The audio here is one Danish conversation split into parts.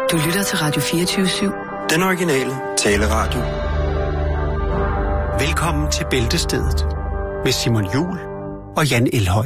Du lytter til Radio 24/7. Den originale taleradio. Velkommen til Bæltestedet med Simon Juhl og Jan Elhøj.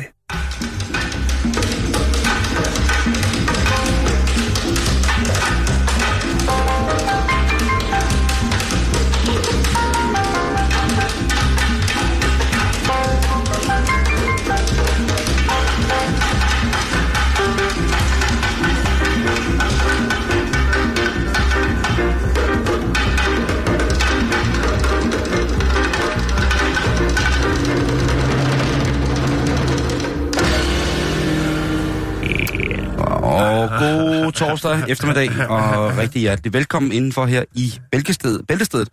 Og god torsdag eftermiddag, og rigtig hjertelig velkommen indenfor her i Bæltestedet.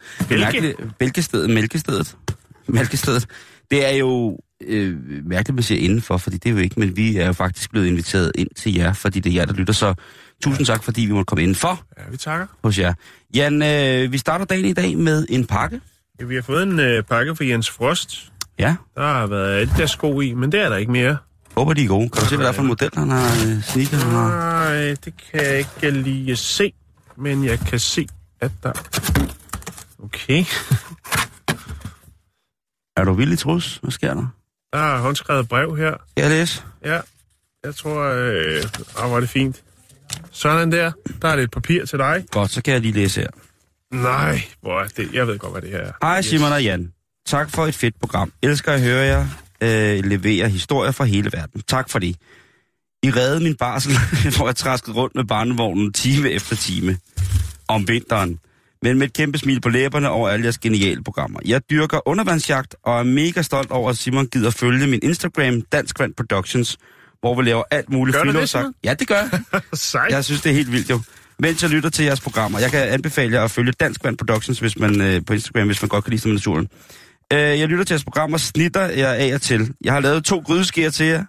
Mælkestedet. Det er jo mærkeligt, man siger indenfor, fordi det er jo ikke, men vi er jo faktisk blevet inviteret ind til jer, fordi det er jer, der lytter, så tusind tak, fordi vi måtte komme indenfor. Ja, vi takker. Hos jer. Jan, vi starter dagen i dag med en pakke. Ja, vi har fået en pakke fra Jens Frost. Ja. Der har været et der sko i, men det er der ikke mere. Håber, de er gode. Kan du se, hvad der er for en model, han har sneaker? Nej, det kan jeg ikke lige se, men jeg kan se, at der... Okay. Er du villig, Trus? Hvad sker der? Der er håndskrevet brev her. Skal jeg læse? Ja, jeg tror... var det fint. Sådan der. Der er lidt papir til dig. Godt, så kan jeg lige læse her. Nej, hvor er det? Jeg ved godt, hvad det her er. Hej Simon og Jan. Tak for et fedt program. Elsker at høre jer levere historier fra hele verden. Tak for det. I reddede min barsel, hvor jeg traskede rundt med barnevognen time efter time om vinteren. Men med et kæmpe smil på læberne over alle jeres geniale programmer. Jeg dyrker undervandsjagt og er mega stolt over, at Simon gider følge min Instagram, Dansk Vand Productions, hvor vi laver alt muligt friluftsjagt. Ja, det gør jeg. Jeg synes, det er helt vildt jo. Mens jeg lytter til jeres programmer. Jeg kan anbefale jer at følge Dansk Vand Productions hvis man, på Instagram, hvis man godt kan lide sig med naturen. Jeg lytter til jeres programmer, snitter jeg af og til. Jeg har lavet 2 grydeskeer til jer.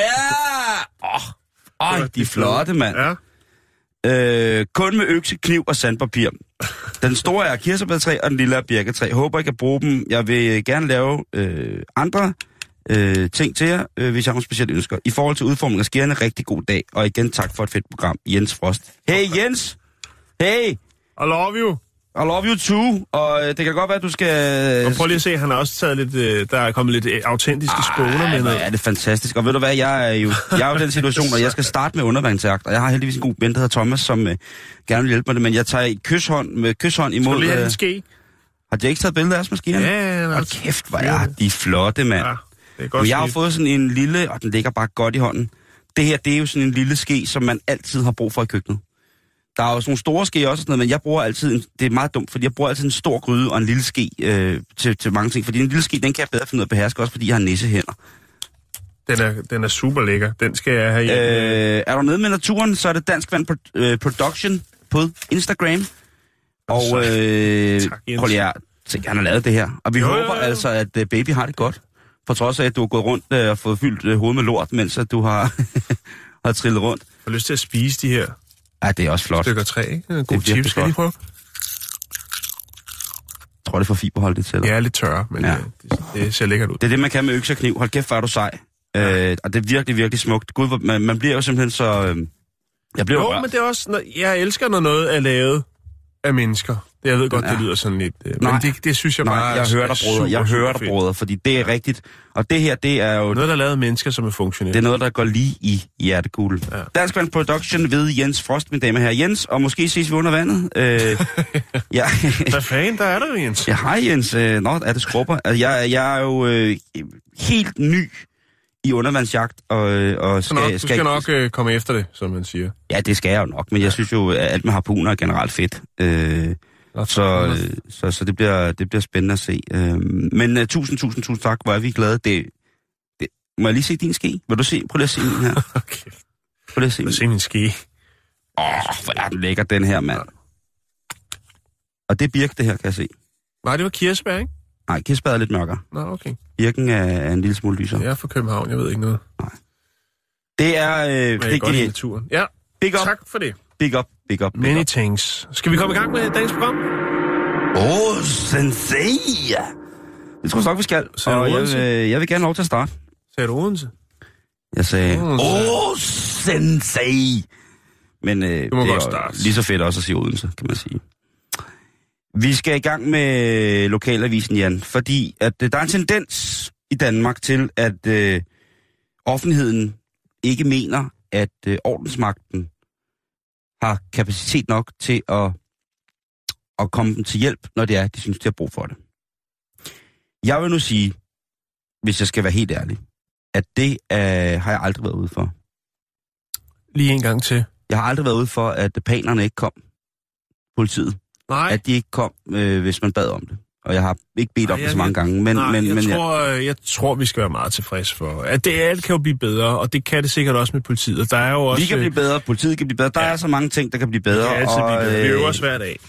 Ja! De er flotte, mand. Ja. Kun med økse, kniv og sandpapir. Den store er kirsebærtræ, og den lille er birketræ. Håber, I kan bruge dem. Jeg vil gerne lave andre ting til jer, hvis jeg har nogle specielle ønsker. I forhold til udformning af skærene, rigtig god dag. Og igen, tak for et fedt program. Jens Frost. Hey Jens! Hey! I love you! I love you too, og det kan godt være, at du skal... Og prøv lige at se, han har også taget lidt... der er kommet lidt autentiske spåner med noget. Ja, det er fantastisk. Og ved du hvad, jeg er jo i den situation, at jeg skal starte med undervandsjagt, og jeg har heldigvis en god ven, der hedder Thomas, som gerne vil hjælpe mig det, men jeg tager med kyshånd imod... Skal du lige have din ske? Har de ikke taget billeder af os måske? Ja. Hold kæft, hvor er de flotte, mand. Ja, det er godt. Jeg har fået sådan en lille, og den ligger bare godt i hånden. Det her, det er jo sådan en lille ske, som man altid har brug for i køkkenet. Der er jo sådan nogle store ske også, men jeg bruger altid, det er meget dumt, fordi jeg bruger altid en stor gryde og en lille ske til mange ting. Fordi en lille ske, den kan jeg bedre finde ud af at beherske, også fordi jeg har nissehænder. Den er super lækker. Den skal jeg have hjemme. Er du nede med naturen, så er det Dansk Vand Production på Instagram. Og prøv lige at tænke, han har lavet det her. Og vi håber altså, at baby har det godt. For trods af, at du har gået rundt og fået fyldt hovedet med lort, mens at du har, har trillet rundt. Jeg har lyst til at spise de her. Ja, det er også flot. Stykker træ, ikke? En god chip, skal jeg lige prøve? Jeg tror, det får fiberholdigt til dig. Ja, lidt tørre, men ja. Det ser lækkert ud. Det er det, man kan med økse og kniv. Hold kæft, hvor er du sej. Ja. Og det er virkelig, virkelig smukt. Gud, man bliver jo simpelthen så... jeg bliver jo men det er også... Jeg elsker, når noget er lavet af mennesker. Jeg ved godt, det lyder sådan lidt... Men det synes jeg bare... jeg hører dig, brødre. Jeg hører dig, brødre, fordi det er rigtigt. Og det her, det er jo... Noget, der er lavet af mennesker, som er funktionelle. Det er noget, der går lige i hjertekuglen. Ja. Dansk Vand Production ved Jens Frost, min dame her. Jens, og måske ses vi under vandet. Ja. Hvad fanden, der er der, Jens? Ja, hej Jens. Er det skrubber? Altså, jeg er jo helt ny i undervandsjagt, og du skal nok komme efter det, som man siger. Ja, det skal jeg jo nok, men jeg synes jo, at alt med harpuner er generelt fedt. Så det bliver spændende at se. Men tusind tak, hvor er vi glade. Må jeg lige se din ske? Prøv lige at se min her. Okay. Prøv lige at se min. Se min ske. Hvor er den lækker, den her, mand. Og det er birk, det her, kan jeg se. Nej, det var kirsebær, ikke? Nej, kirsebær er lidt mørkere. Nå, okay. Birken er en lille smule lysere. Jeg er fra København, jeg ved ikke noget. Nej. Det er... det er godt i naturen. Ja, big up. Tak for det. Big up. Many thanks. Skal vi komme i gang med dagens program? Sensei! Det tror jeg nok, vi skal. Og jeg vil gerne lov til at starte. Sagde du Odense? Jeg sagde, sensei! Men det er lige så fedt også at sige Odense, kan man sige. Vi skal i gang med lokalavisen, Jan, fordi at der er en tendens i Danmark til, at offentligheden ikke mener, at ordensmagten har kapacitet nok til at komme dem til hjælp, når det er, de synes, de har brug for det. Jeg vil nu sige, hvis jeg skal være helt ærlig, at det har jeg aldrig været ude for. Lige en gang til. Jeg har aldrig været ude for, at panerne ikke kom. Politiet. Nej. At de ikke kom, hvis man bad om det. Og jeg har ikke bedt om det så mange gange. Jeg tror, vi skal være meget tilfredse for. At det alt kan jo blive bedre, og det kan det sikkert også med politiet. Der er jo også... Vi kan blive bedre, politiet kan blive bedre. Der er så mange ting, der kan blive bedre. Det kan altid blive bedre. Vi øver os hver dag.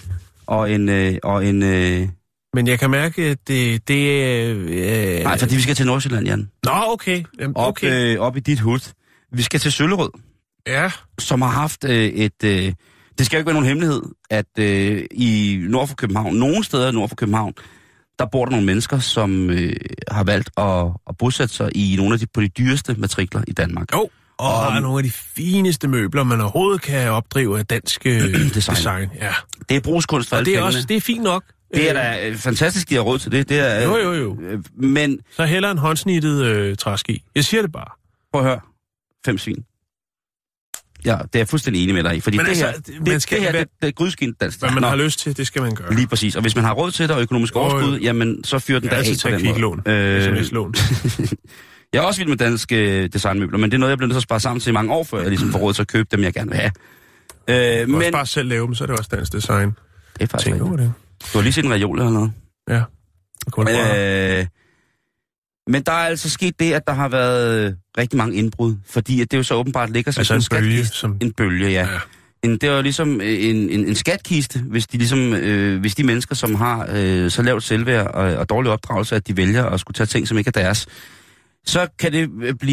Men jeg kan mærke, at det Nej, fordi vi skal til Nordsjælland, Jan. Nå, okay. Okay. Op i dit hud. Vi skal til Søllerød. Ja. Som har haft det skal jo ikke være nogen hemmelighed, at i nord for København, nogle steder nord for København, der bor der nogle mennesker, som har valgt at bosætte sig i nogle af på de dyreste matrikler i Danmark. Jo, og har nogle af de fineste møbler, man overhovedet kan opdrive af dansk design. Ja. Det er brugskunst for alle pengene. Det er fint nok. Det er da fantastisk, de har råd til det. Det er, jo. Men... Så hellere en håndsnittet træski. Jeg siger det bare. Prøv at høre. 5 svin. Ja, det er jeg fuldstændig enig med dig i. Fordi det er grydskin dansk. Hvad man har lyst til, det skal man gøre. Lige præcis. Og hvis man har råd til det og økonomisk overskud, jamen så fyrer den der af på den måde. SMS-lån. Jeg er også vild med danske designmøbler, men det er noget, jeg bliver nødt til at spare sammen til i mange år, før jeg ligesom får råd til at købe dem, jeg gerne vil have. Du kan også bare selv lave dem, så er det også dansk design. Det er faktisk det. Du har lige set en reol eller noget? Ja. Men der er altså sket det, at der har været rigtig mange indbrud, fordi at det jo så åbenbart ligger som altså en bølge, en bølge, ja. Det er jo ligesom en skatkiste, hvis de mennesker, som har så lavt selvværd og dårlig opdragelse, at de vælger at skulle tage ting, som ikke er deres, så kan det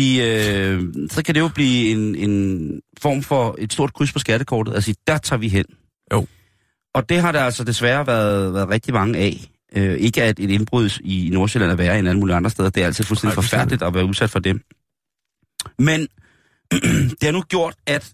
jo blive en form for et stort kryds på skattekortet. Altså, der tager vi hen. Jo. Og det har der altså desværre været rigtig mange af. Ikke at et indbrud i Nordsjælland er værre end alle mulige andre steder. Det er altid fuldstændig forfærdeligt at være udsat for dem. Men det har nu gjort, at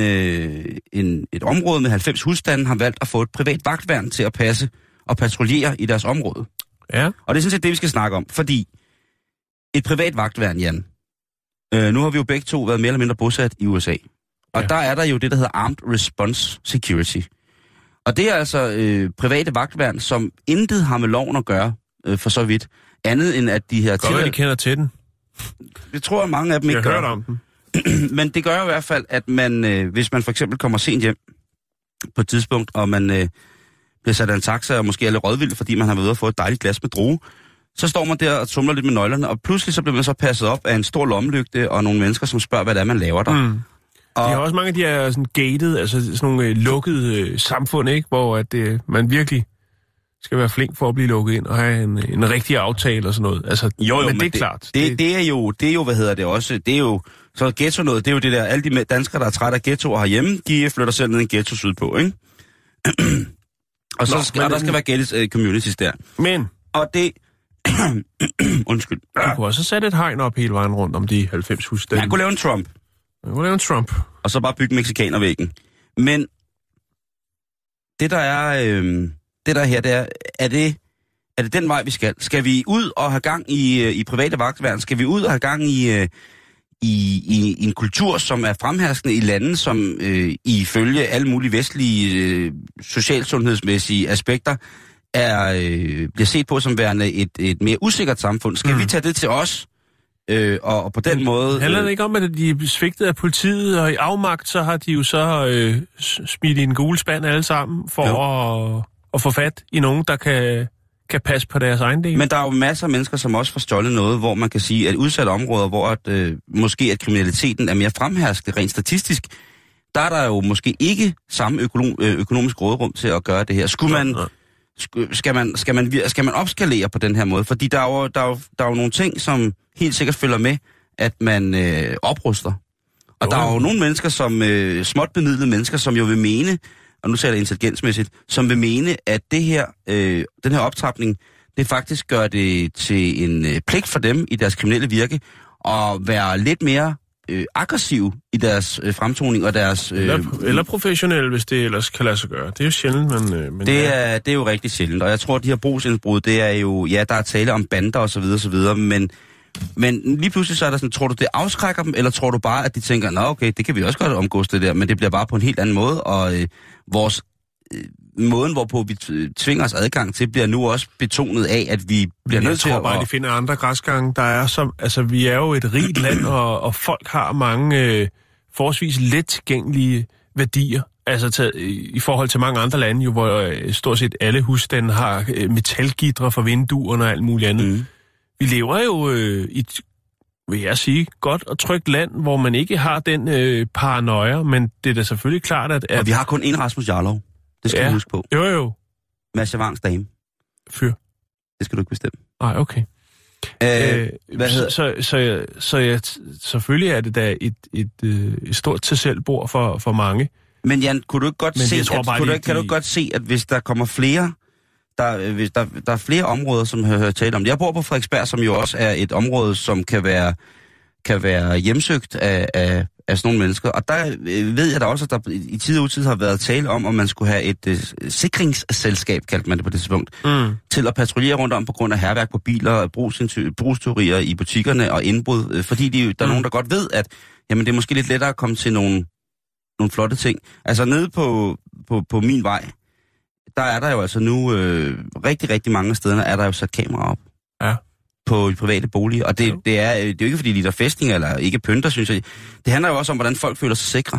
et område med 90 husstande har valgt at få et privat vagtværn til at passe og patruljere i deres område. Ja. Og det er sådan set det, vi skal snakke om. Fordi et privat vagtværn, Jan, nu har vi jo begge to været mere eller mindre bosat i USA. Og der er der jo det, der hedder Armed Response Security. Og det er altså private vagtværn, som intet har med loven at gøre, for så vidt. Andet end at de her... Godt, de kender til den. Det tror jeg, mange af dem ikke gør. Jeg har hørt om den. Men det gør jo i hvert fald, at man, hvis man for eksempel kommer sent hjem på et tidspunkt, og man bliver sat af en taxa, og måske er lidt rådvild, fordi man har været ude og få et dejligt glas med druge, så står man der og tumler lidt med nøglerne, og pludselig så bliver man så passet op af en stor lommelygte og nogle mennesker, som spørger, hvad det er, man laver der. Mm. De har også mange af de her sådan gated, altså sådan nogle lukkede samfund, ikke? Hvor at, man virkelig skal være flink for at blive lukket ind og have en rigtig aftale og sådan noget. Altså, jo, men det er klart. Det er jo, hvad hedder det også, det er jo, så ghetto noget, det er jo det der, alle de danskere, der er trætte af ghettoer herhjemme, de flytter selv ned i en ghetto sydpå, ikke? Og så der skal være gated communities der. Men... Og det... Undskyld. Du kunne også sætte et hegn op hele vejen rundt om de 90 husstande. Man kunne lave en Trump. Og så bare bygge mexikanervæggen. Men det der er her, det er det den vej, vi skal? Skal vi ud og have gang i private vagtværn? Skal vi ud og have gang i en kultur, som er fremherskende i lande, som ifølge alle mulige vestlige socialsundhedsmæssige aspekter bliver set på som værende et mere usikkert samfund? Skal vi tage det til os? Og på den måde... Handler det ikke om, at de er svigtet af politiet, og i afmagt, så har de jo så smidt i en gule spand alle sammen, for at få fat i nogen, der kan passe på deres egen del. Men der er jo masser af mennesker, som også får stjålet noget, hvor man kan sige, at udsatte områder, hvor måske at kriminaliteten er mere fremherskende rent statistisk, der er der jo måske ikke samme økonomisk råderum til at gøre det her. Skal man opskalere på den her måde? Fordi der er jo nogle ting, som helt sikkert følger med, at man opruster. Og der er jo nogle mennesker, som småt bemidlede mennesker, som jo vil mene, og nu taler jeg intelligensmæssigt, som vil mene, at det her, den her optrapning, det faktisk gør det til en pligt for dem i deres kriminelle virke, at være lidt mere aggressive i deres fremtoning og deres... Eller professionelle, hvis det ellers kan lade sig gøre. Det er jo sjældent, men det er jo rigtig sjældent, og jeg tror, at de her brugsindbrud, det er jo... Ja, der er tale om bander og så videre, men lige pludselig så er der sådan, tror du, det afskrækker dem, eller tror du bare, at de tænker, nå okay, det kan vi også godt omgås det der, men det bliver bare på en helt anden måde, og vores... måden, hvorpå vi tvinger os adgang til, bliver nu også betonet af, at vi bliver nødt til at... Jeg tror bare, de finder andre græsgange. Der er som, altså, vi er jo et rigt land, og folk har mange forholdsvis let tilgængelige værdier. Altså i forhold til mange andre lande, jo, hvor stort set alle husstande har metalgitre for vinduerne og alt muligt andet. Mm. Vi lever jo i et, vil jeg sige, godt og trygt land, hvor man ikke har den paranoia, men det er da selvfølgelig klart, at... Og vi har kun én Rasmus Jarlov. Det skal du huske på. Jo. Masha Wangs dame. Fyr. Det skal du ikke bestemme. Nej, okay. Hvad hedder? Så selvfølgelig er det da et stort til-selv-bord for mange. Men Jan, kunne du ikke godt se, kan du godt se, at hvis der kommer flere, der er flere områder, som hører tale om det. Jeg bor på Frederiksberg, som jo også er et område, som kan være hjemsøgt af sådan nogle mennesker. Og der ved jeg da også, at der i tid og utid har været tale om man skulle have et sikringsselskab, kaldte man det på det tidspunkt, til at patruljere rundt om på grund af hærværk på biler, brugsteorier i butikkerne og indbrud. Fordi der er nogen, der godt ved, at jamen, det er måske lidt lettere at komme til nogle flotte ting. Altså nede på min vej, der er der jo altså nu rigtig, rigtig mange steder, er der jo sat kameraer op. Ja. På private boliger. Og det er jo ikke, fordi de der fæstninger eller ikke pynter, synes jeg. Det handler jo også om, hvordan folk føler sig sikre.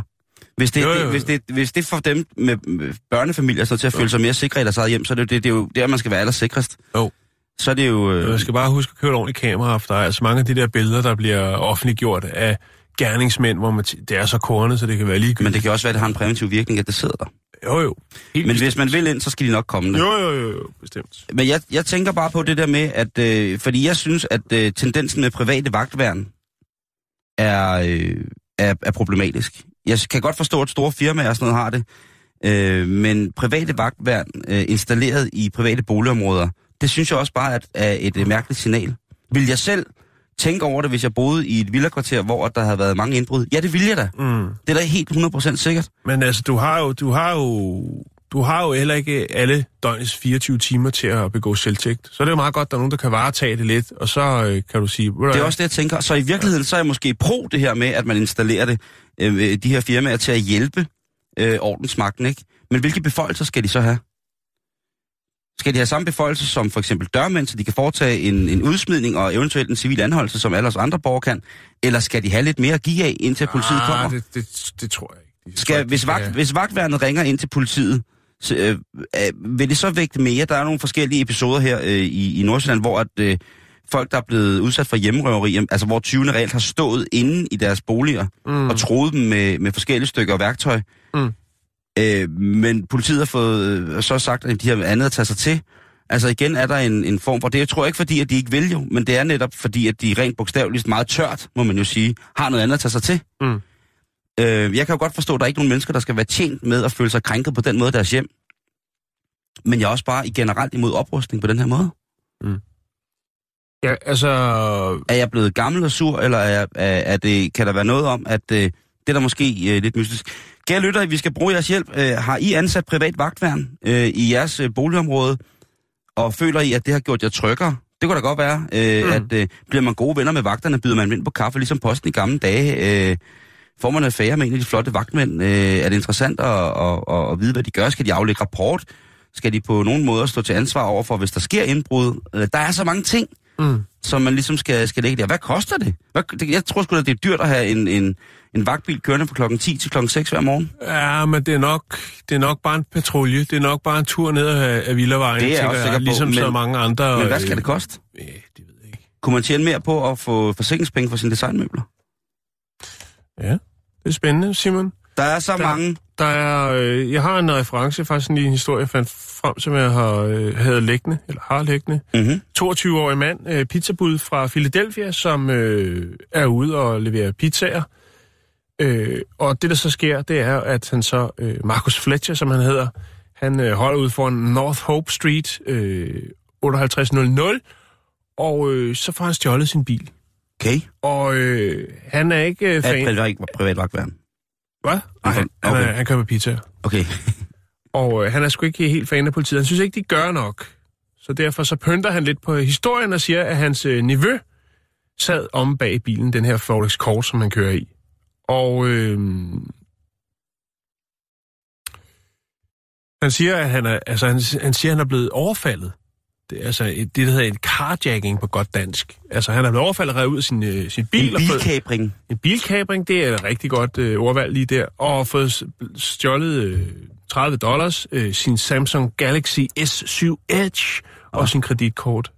Hvis det får dem med børnefamilier så til at føle sig mere sikre i deres eget hjem, så er det jo der, man skal være allersikrest. Så er det jo... Jeg skal bare huske at køre et ordentligt kamera, for der er altså mange af de der billeder, der bliver offentliggjort af gerningsmænd, hvor det er så kornet, så det kan være ligegyldigt. Men det kan også være, at det har en præventiv virkning, at det sidder der. Jo. Men bestemt. Hvis man vil ind, så skal de nok komme der. Jo, bestemt. Men jeg tænker bare på det der med, at fordi jeg synes, at tendensen med private vagtværn er problematisk. Jeg kan godt forstå, at store firmaer og sådan noget har det, men private vagtværn installeret i private boligområder, det synes jeg også bare er et mærkeligt signal. Vil jeg selv tænke over det, hvis jeg boede i et villakvarter, hvor der havde været mange indbrud? Ja, det vil jeg da. Det er da helt 100% sikkert. Men altså, du har jo heller ikke alle døgnets 24 timer til at begå selvtægt. Så er det jo meget godt, at der er nogen, der kan varetage det lidt, og så kan du sige... Det er også det, jeg tænker. Så i virkeligheden, så er jeg måske pro det her med, at man installerer det, de her firmaer til at hjælpe ordensmagten, ikke? Men hvilke beføjelser skal de så have? Skal de have samme beføjelser som for eksempel dørmænd, så de kan foretage en udsmidning og eventuelt en civil anholdelse, som alle os andre borgere kan? Eller skal de have lidt mere at give af, indtil politiet kommer? Det tror jeg ikke. Hvis vagtværnet ringer ind til politiet, så, vil det så vægte mere? Der er nogle forskellige episoder her i Nordsjælland, hvor at folk, der er blevet udsat for hjemmerøveri, altså hvor tyvene reelt har stået inde i deres boliger og troet dem med forskellige stykker værktøj. Men politiet har fået så sagt, at de har andet at tage sig til. Altså igen er der en form for... Det jeg tror ikke fordi, at de ikke vil jo, men det er netop fordi, at de rent bogstaveligt meget tørt, må man jo sige, har noget andet at tage sig til. Jeg kan jo godt forstå, at der er ikke nogen mennesker, der skal være tjent med at føle sig krænket på den måde deres hjem. Men jeg er også bare generelt imod oprustning på den her måde. Ja, altså... Er jeg blevet gammel og sur, eller kan der være noget om, at det er der måske lidt mystisk? Kære lytter, vi skal bruge jeres hjælp. Har I ansat privat vagtværn i jeres boligområde, og føler I, at det har gjort jer tryggere? Det kunne da godt være, at bliver man gode venner med vagterne, byder man ind på kaffe, ligesom posten i gamle dage. Får man affære med en af de flotte vagtmænd? Er det interessant at vide, hvad de gør? Skal de aflægge rapport? Skal de på nogen måde stå til ansvar overfor, hvis der sker indbrud? Der er så mange ting, som man ligesom skal lægge der. Hvad koster det? Jeg tror sgu da, det er dyrt at have en vagtbil kørende fra klokken 10 til klokken 6 hver morgen. Ja, men det er nok bare en patrulje. Det er nok bare en tur ned af Villavejen. Det er jeg også sikker på. Ligesom så mange andre... Men hvad skal det koste? Det ved jeg ikke. Kunne man tjene mere på at få forsikringspenge for sine designmøbler? Ja, det er spændende, Simon. Der er så mange... jeg har en reference, faktisk en historie, jeg fandt frem, som jeg har liggende. 22-årig mand, pizzabud fra Philadelphia, som er ude og leverer pizzaer. Og det, der så sker, det er, at han så, Marcus Fletcher, som han hedder, han holder ud foran North Hope Street 5800, og så får han stjålet sin bil. Okay. Og han er ikke fan... Det var ikke privat vagtværn. Hvad? Han køber pizza. Okay. Og han er sgu ikke helt fan af politiet. Han synes ikke, de gør nok. Så derfor så pynter han lidt på historien og siger, at hans nevø sad om bag bilen, den her Ford Escort, som han kører i. Og han siger, at han er blevet overfaldet. Det er altså det, der hedder en carjacking på godt dansk. Altså, han er blevet overfaldet og revet ud af sin bil. En bilkapring. En bilkapring, det er et rigtig godt ordvalg lige der. Og fået stjålet $30, sin Samsung Galaxy S7 Edge og sin kreditkort.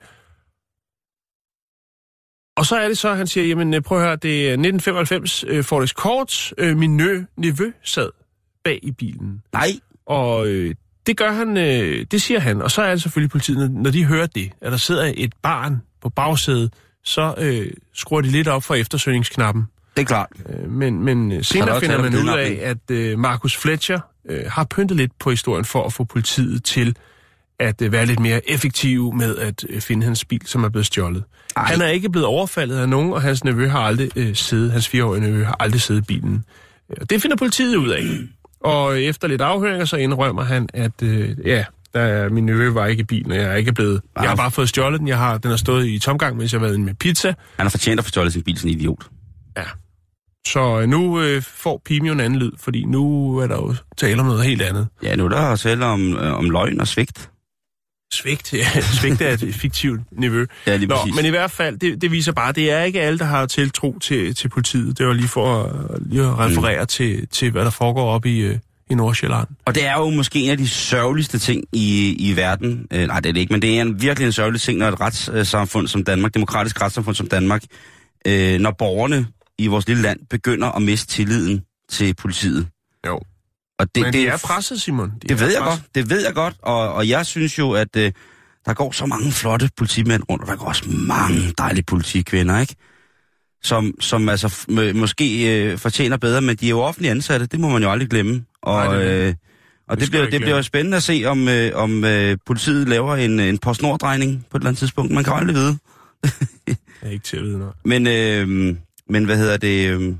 Og så er det så, han siger, jamen prøv at høre, det er 1995 Ford Escort. Min nevø sad bag i bilen. Nej. Og det gør han, det siger han. Og så er det selvfølgelig politiet, når de hører det, at der sidder et barn på bagsædet, så skruer de lidt op for eftersøgningsknappen. Det er klart. Men senere finder man ud af, at Marcus Fletcher har pyntet lidt på historien for at få politiet til at være lidt mere effektiv med at finde hans bil, som er blevet stjålet. Ej. Han er ikke blevet overfaldet af nogen, og hans nevø har aldrig siddet, hans 4-årige nevø har aldrig siddet i bilen. Det finder politiet ud af. Og efter lidt afhøringer, så indrømmer han, at min nevø var ikke i bilen, og jeg er ikke blevet... Jeg har bare fået stjålet den, den har stået i tomgang, mens jeg har været inde med pizza. Han har fortjent at få stjålet sin bil, sådan en idiot. Ja. Så nu får Pim jo en anden lyd, fordi nu er der jo tale om noget helt andet. Ja, nu er der tale om løgn og svigt. Svigt, ja. Svigt er et fiktivt nevø. Ja, lige præcis. Men i hvert fald, det viser bare, det er ikke alle, der har tiltro til politiet. Det var lige for at referere til, hvad der foregår op i Nordsjælland. Og det er jo måske en af de sørgeligste ting i verden. Nej, det er det ikke, men det er virkelig en sørgelig ting, når et retssamfund som Danmark, demokratisk retssamfund som Danmark, når borgerne i vores lille land begynder at miste tilliden til politiet. Jo. Og men det er presset, Simon. Det ved jeg godt, og jeg synes jo, at der går så mange flotte politimænd rundt, og der går også mange dejlige politikvinder, ikke? Som altså måske fortjener bedre, men de er jo offentligt ansatte, det må man jo aldrig glemme. Og, det bliver jo spændende at se, om politiet laver en PostNord-drejning på et eller andet tidspunkt. Man kan aldrig vide. Jeg er ikke til at vide noget. Men hvad hedder det...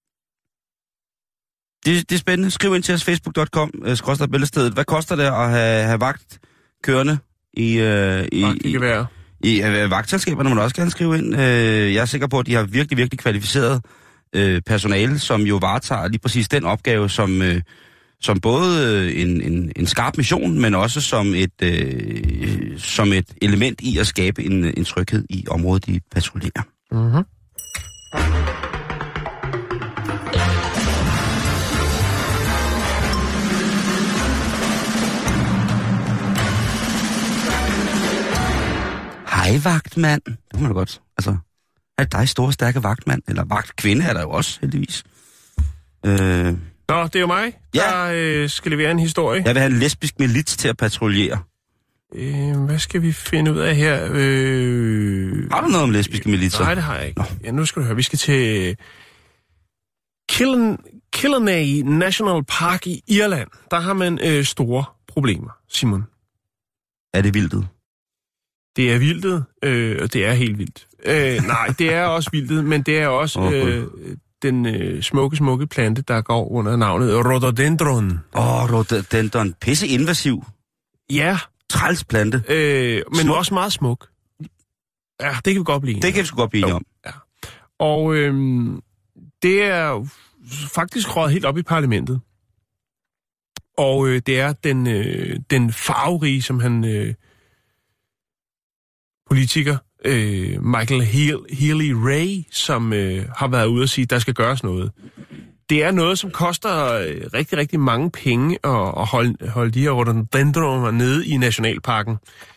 Det er spændende. Skriv ind til os, facebook.com/bæltestedet. Hvad koster det at have vagt kørende i vagtselskaberne? Må du også gerne skrive ind. Jeg er sikker på, at de har virkelig, virkelig kvalificeret personale, som jo varetager lige præcis den opgave, som både en skarp mission, men også som et element i at skabe en tryghed i området, de patruljerer. Mhm. Hej, vagtmand. Det må du godt. Altså, er dig store, stærke vagtmand? Eller vagtkvinde er der jo også, heldigvis. Nå, det er jo mig, der skal levere en historie. Jeg vil have en lesbisk milits til at patruljere. Hvad skal vi finde ud af her? Har du noget om lesbiske militser? Nej, det har jeg ikke. Ja, nu skal du høre. Vi skal til Killarney National Park i Irland. Der har man store problemer, Simon. Er det vildtet? Det er vildtet, og det er helt vildt. Nej, det er også vildtet, men det er også den smukke plante, der går under navnet rhododendron. Rhododendron. Pisse invasiv. Ja. Træls plante. Men også meget smuk. Ja, det kan vi godt blive. Det kan vi sgu godt blive om. Ja. Og det er faktisk røget helt op i parlamentet. Og det er den farverige, som han... politiker, Michael Healy-Rae, som har været ude og sige, at der skal gøres noget. Det er noget, som koster rigtig, rigtig mange penge at holde de her rhododendroner nede i nationalparken.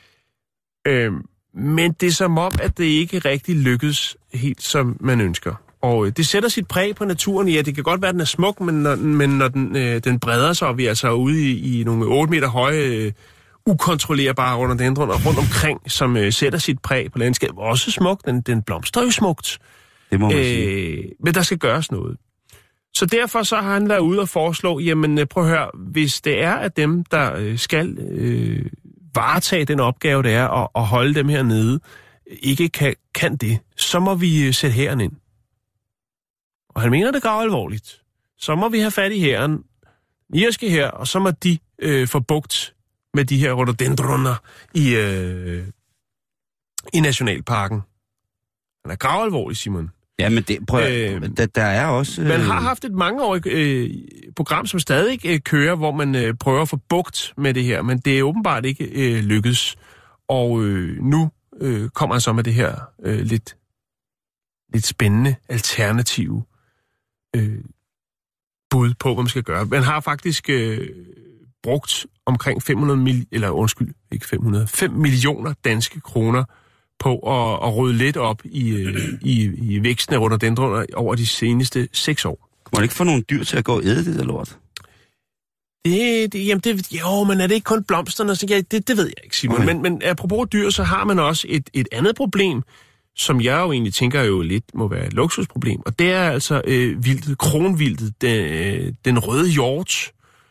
Men det er som om, at det ikke rigtig lykkes helt, som man ønsker. Og det sætter sit præg på naturen. Ja, det kan godt være, at den er smuk, men når den breder sig, og vi er altså ude i nogle 8 meter høje... ukontrollerbare rhododendroner rundt omkring, som sætter sit præg på landskabet. Også smukt, den blomstrer jo smukt. Det må man sige. Men der skal gøres noget. Så derfor så har han været ude og foreslå, jamen prøv at høre, hvis det er at dem, der skal varetage den opgave, det er at holde dem her nede, ikke kan det, så må vi sætte hæren ind. Og han mener det grav alvorligt. Så må vi have fat i hæren, irske her, og så må de få bugt med de her rhododendroner i nationalparken. Han er grav alvorlig, Simon. Ja, men det, der er også... Man har haft et mangeårigt program, som stadig kører, hvor man prøver at få bugt med det her, men det er åbenbart ikke lykkedes. Og nu kommer han så med det her lidt spændende alternative bud på, hvad man skal gøre. Man har faktisk brugt omkring 5 millioner danske kroner på at rydde lidt op i væksten af rhododendroner over de seneste 6 år. Kunne man ikke få nogle dyr til at gå og æde det der lort? Men er det ikke kun blomsterne? Så det ved jeg ikke, Simon. Okay. Men apropos dyr, så har man også et andet problem, som jeg jo egentlig tænker jo lidt må være et luksusproblem. Og det er altså vildtet, kronvildtet, den røde hjort,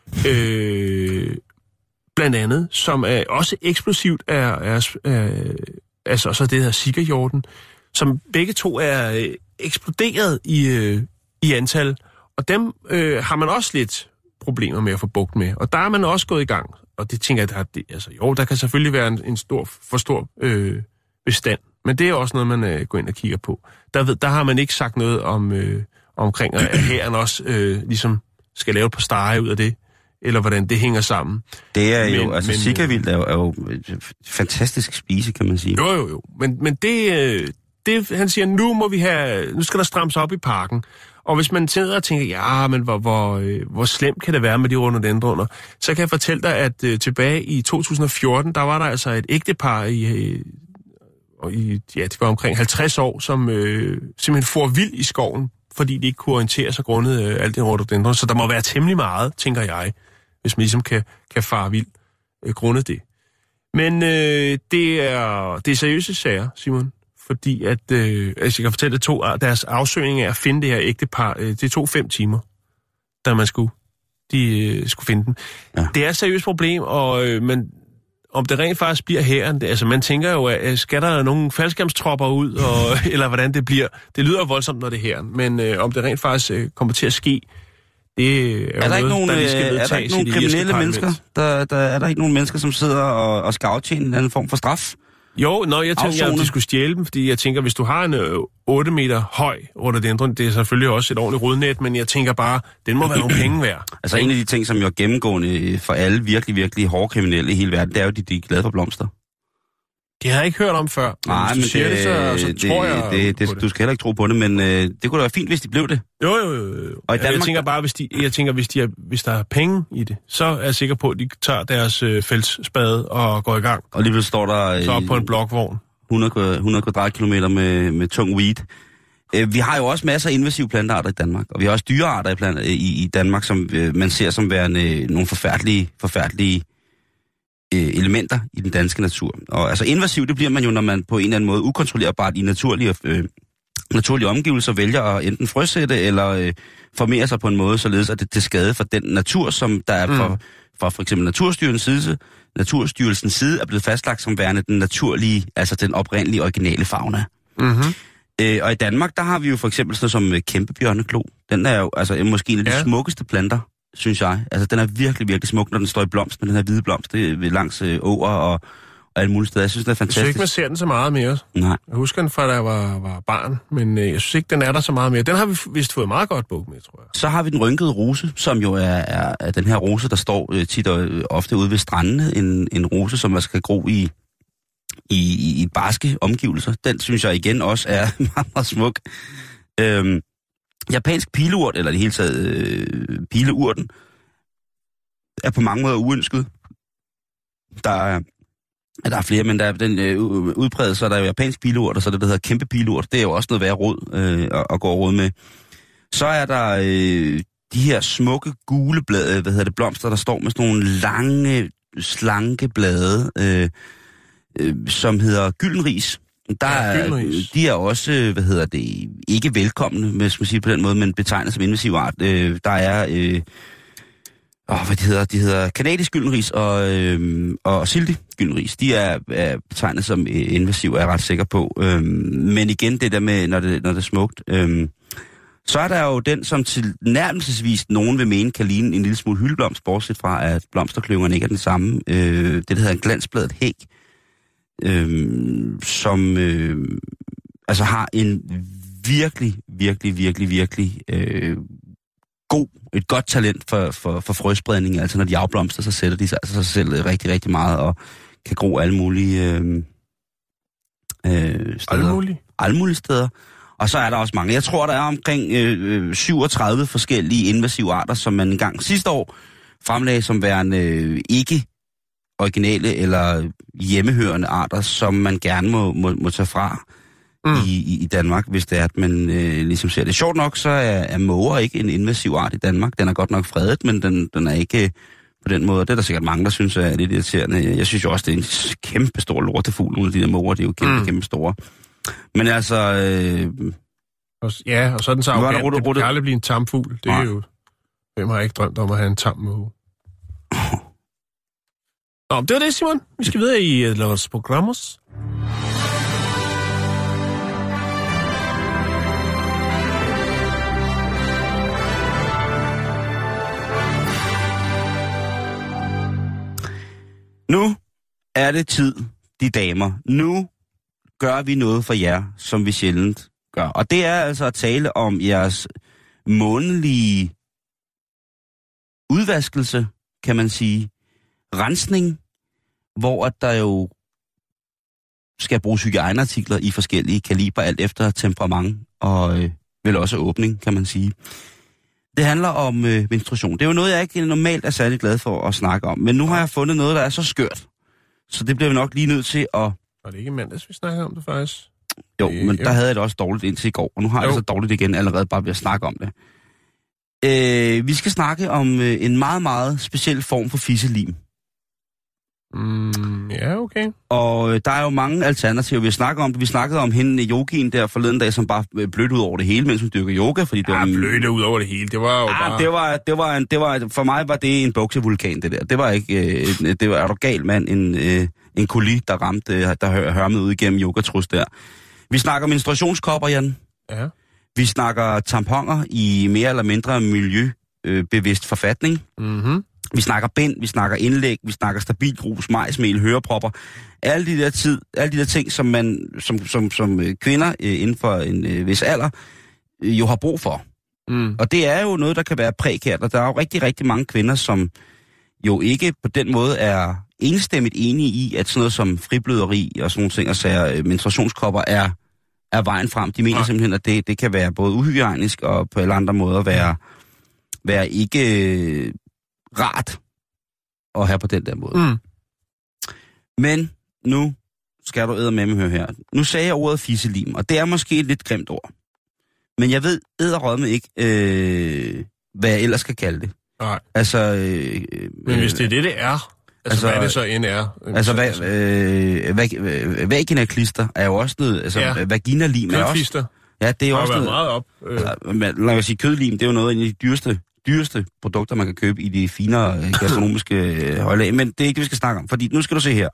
blandt andet, som er også eksplosivt altså så det her sikkerhjorten, som begge to er eksploderet i antal. Og dem har man også lidt problemer med at få bugt med. Og der er man også gået i gang. Og det tænker jeg, der kan selvfølgelig være en for stor bestand. Men det er også noget, man går ind og kigger på. Der har man ikke sagt noget omkring, at hæren også ligesom skal lave et par stege ud af det, eller hvordan det hænger sammen. Det er jo, sikkervildt er jo fantastisk spise, kan man sige. Jo. Men det han siger, nu skal der strammes op i parken. Og hvis man sidder og tænker, men hvor slemt kan det være med de rhododendroner, så kan jeg fortælle dig, at tilbage i 2014, der var der altså et ægtepar det var omkring 50 år, som simpelthen for vild i skoven, fordi de ikke kunne orientere sig grundet alt det rhododendron. Så der må være temmelig meget, tænker jeg, hvis man ligesom kan fare vild grundet det. Men det er seriøse sager, Simon. Fordi at, jeg kan fortælle, at deres afsøgning af at finde det her ægtepar, det tog 5 timer, da man skulle finde dem. Ja. Det er et seriøst problem, men om det rent faktisk bliver hæren, altså man tænker jo, at skal der nogle faldskærmstropper ud, eller hvordan det bliver. Det lyder voldsomt, når det er hæren, men om det rent faktisk kommer til at ske, det er der noget, der lige skal vedtages. Er der ikke nogen kriminelle mennesker? Er der ikke nogen mennesker, som sidder og skal aftjene en anden form for straf? Jo, jeg tænker, at de skulle stjæle dem, fordi jeg tænker, hvis du har en 8 meter høj rhododendron, det er selvfølgelig også et ordentligt rodnet, men jeg tænker bare, den må være nogle penge værd. Altså en af de ting, som jo er gennemgående for alle virkelig, virkelig hårde kriminelle i hele verden, det er jo, at de er glade for blomster. Det har jeg ikke hørt om før. Nej, men så tror jeg du skal heller ikke tro på det, men det kunne da være fint, hvis de blev det. Jo. Og i Danmark, jeg tænker bare, hvis der er penge i det, så er jeg sikker på, at de tager deres fældsspade og går i gang. Og lige pludselig står der så på en blokvogn. 100 kvadratkilometer med tung weed. Vi har jo også masser af invasive plantearter i Danmark, og vi har også dyrearter i Danmark, som man ser som værende nogle forfærdelige elementer i den danske natur. Og altså invasiv, det bliver man jo, når man på en eller anden måde ukontrollerbart i naturlige omgivelser vælger at enten frøsætte eller formere sig på en måde, således at det er til skade for den natur, som der er for eksempel Naturstyrelsens side er blevet fastlagt som værende den naturlige, altså den oprindelige originale fauna. Mm-hmm. Og i Danmark, der har vi jo for eksempel sådan som kæmpebjørneklo. Den er jo altså måske en af de smukkeste planter, synes jeg. Altså, den er virkelig, virkelig smuk, når den står i blomst med den her hvide blomst langs åer og alle mulige steder. Jeg synes, det er fantastisk. Jeg synes ikke, man ser den så meget mere. Nej. Jeg husker den fra, da jeg var barn, men jeg synes ikke, den er der så meget mere. Den har vi vist fået meget godt bugt med, tror jeg. Så har vi den rynkede rose, som jo er den her rose, der står tit og ofte ude ved strandene. En rose, som man skal gro i barske omgivelser. Den synes jeg igen også er meget, meget smuk. Japansk pileurt, eller det hele taget pileurten, er på mange måder uønsket. Der er flere, men der er den udbredt, så er der jo japansk pileurt, og så er det, der hedder kæmpe pileurt. Det er jo også noget værd råd at gå råd med. Så er der de her smukke gule blade, blomster, der står med sådan nogle lange, slanke blade, som hedder gyldenris. De er også, ikke velkomne, hvis man siger på den måde, men betegnet som invasiv art. Der er hvad de hedder kanadisk gyldenris og sildig gyldenris. De er betegnet som invasive, er jeg ret sikker på. Men igen, det der med, når det er smukt. Så er der jo den, som til nærmelsesvis nogen vil mene kan ligne en lille smule hyldeblomst, bortset fra, at blomsterklyngerne ikke er den samme. Det, der hedder en glansbladet hæk, som altså har en virkelig et godt talent for frøspredning. Altså når de afblomster, så sætter de sig selv rigtig, rigtig meget og kan gro alle mulige steder. Alle mulige steder. Og så er der også mange. Jeg tror, der er omkring 37 forskellige invasive arter, som man engang sidste år fremlagde som værende ikke originale eller hjemmehørende arter, som man gerne må tage fra i Danmark, hvis det er, at man ligesom ser det. Sjovt nok, så er måger ikke en invasiv art i Danmark. Den er godt nok fredet, men den er ikke på den måde. Det er der sikkert mange, der synes er lidt irriterende. Jeg synes jo også, det er en kæmpe stor lortefugl. Nogle af de der måger, det er jo kæmpe store. Men altså... Ja, og så er den så arrogant. Det kan aldrig blive en tamfugl. Det er jo... Hvem har ikke drømt om at have en tam måge? Nå, det var det, Simon. Vi skal videre i Los Programos. Nu er det tid, de damer. Nu gør vi noget for jer, som vi sjældent gør. Og det er altså at tale om jeres månedlige udvaskelse, kan man sige. Rensning, hvor at der jo skal bruges hygiejneartikler i forskellige kaliber, alt efter temperament og vel også åbning, kan man sige. Det handler om menstruation. Det er jo noget, jeg ikke normalt er særlig glad for at snakke om. Men nu har jeg fundet noget, der er så skørt. Så det bliver vi nok lige nødt til at... Var det ikke mandags, vi snakkede om det faktisk? Jo, men der havde jeg det også dårligt indtil i går. Og nu har jeg det så dårligt igen allerede bare ved at snakke om det. Vi skal snakke om en meget, meget speciel form for fisselim. Ja, okay. Og der er jo mange alternativer. Vi snakker om det. Vi snakkede om hende yogien der forleden dag, som bare blødte ud over det hele, mens hun dyrker yoga, fordi det var blødte ud over det hele. Det var jo bare... Det var for mig var det en buksevulkan, det der. Det var ikke det var er du gal mand, en kuli, der ramte der hørmede ud igennem yogatrus der. Vi snakker menstruationskopper, Jan. Ja. Vi snakker tamponer i mere eller mindre miljøbevidst forfatning. Mhm. Vi snakker bind, vi snakker indlæg, vi snakker stabil grus, majsmel, hørepropper. Alle de der ting, som man som kvinder inden for en vis alder jo har brug for. Og det er jo noget, der kan være prekært, og der er jo rigtig, rigtig mange kvinder, som jo ikke på den måde er enstemmigt enige i, at sådan noget som fribløderi og sådan nogle ting, og sager menstruationskopper er vejen frem. De mener simpelthen, at det kan være både uhygiejnisk og på alle andre måder være ikke rart at have på den der måde. Men nu skal du eddermame høre her. Nu sagde jeg ordet fisselim, og det er måske et lidt grimt ord. Men jeg ved edderrødme ikke, hvad jeg ellers skal kalde det. Nej. Altså... Men hvis det er det er, altså hvad det så end er... Altså, vaginaklister er jo også noget... Altså, vaginalim er også... Ja, det er jo også noget... meget op. Lad mig sige, kødlim, det er jo noget af de dyreste produkter, man kan købe i de finere gastronomiske højlag. Men det er ikke det, vi skal snakke om, fordi nu skal du se her.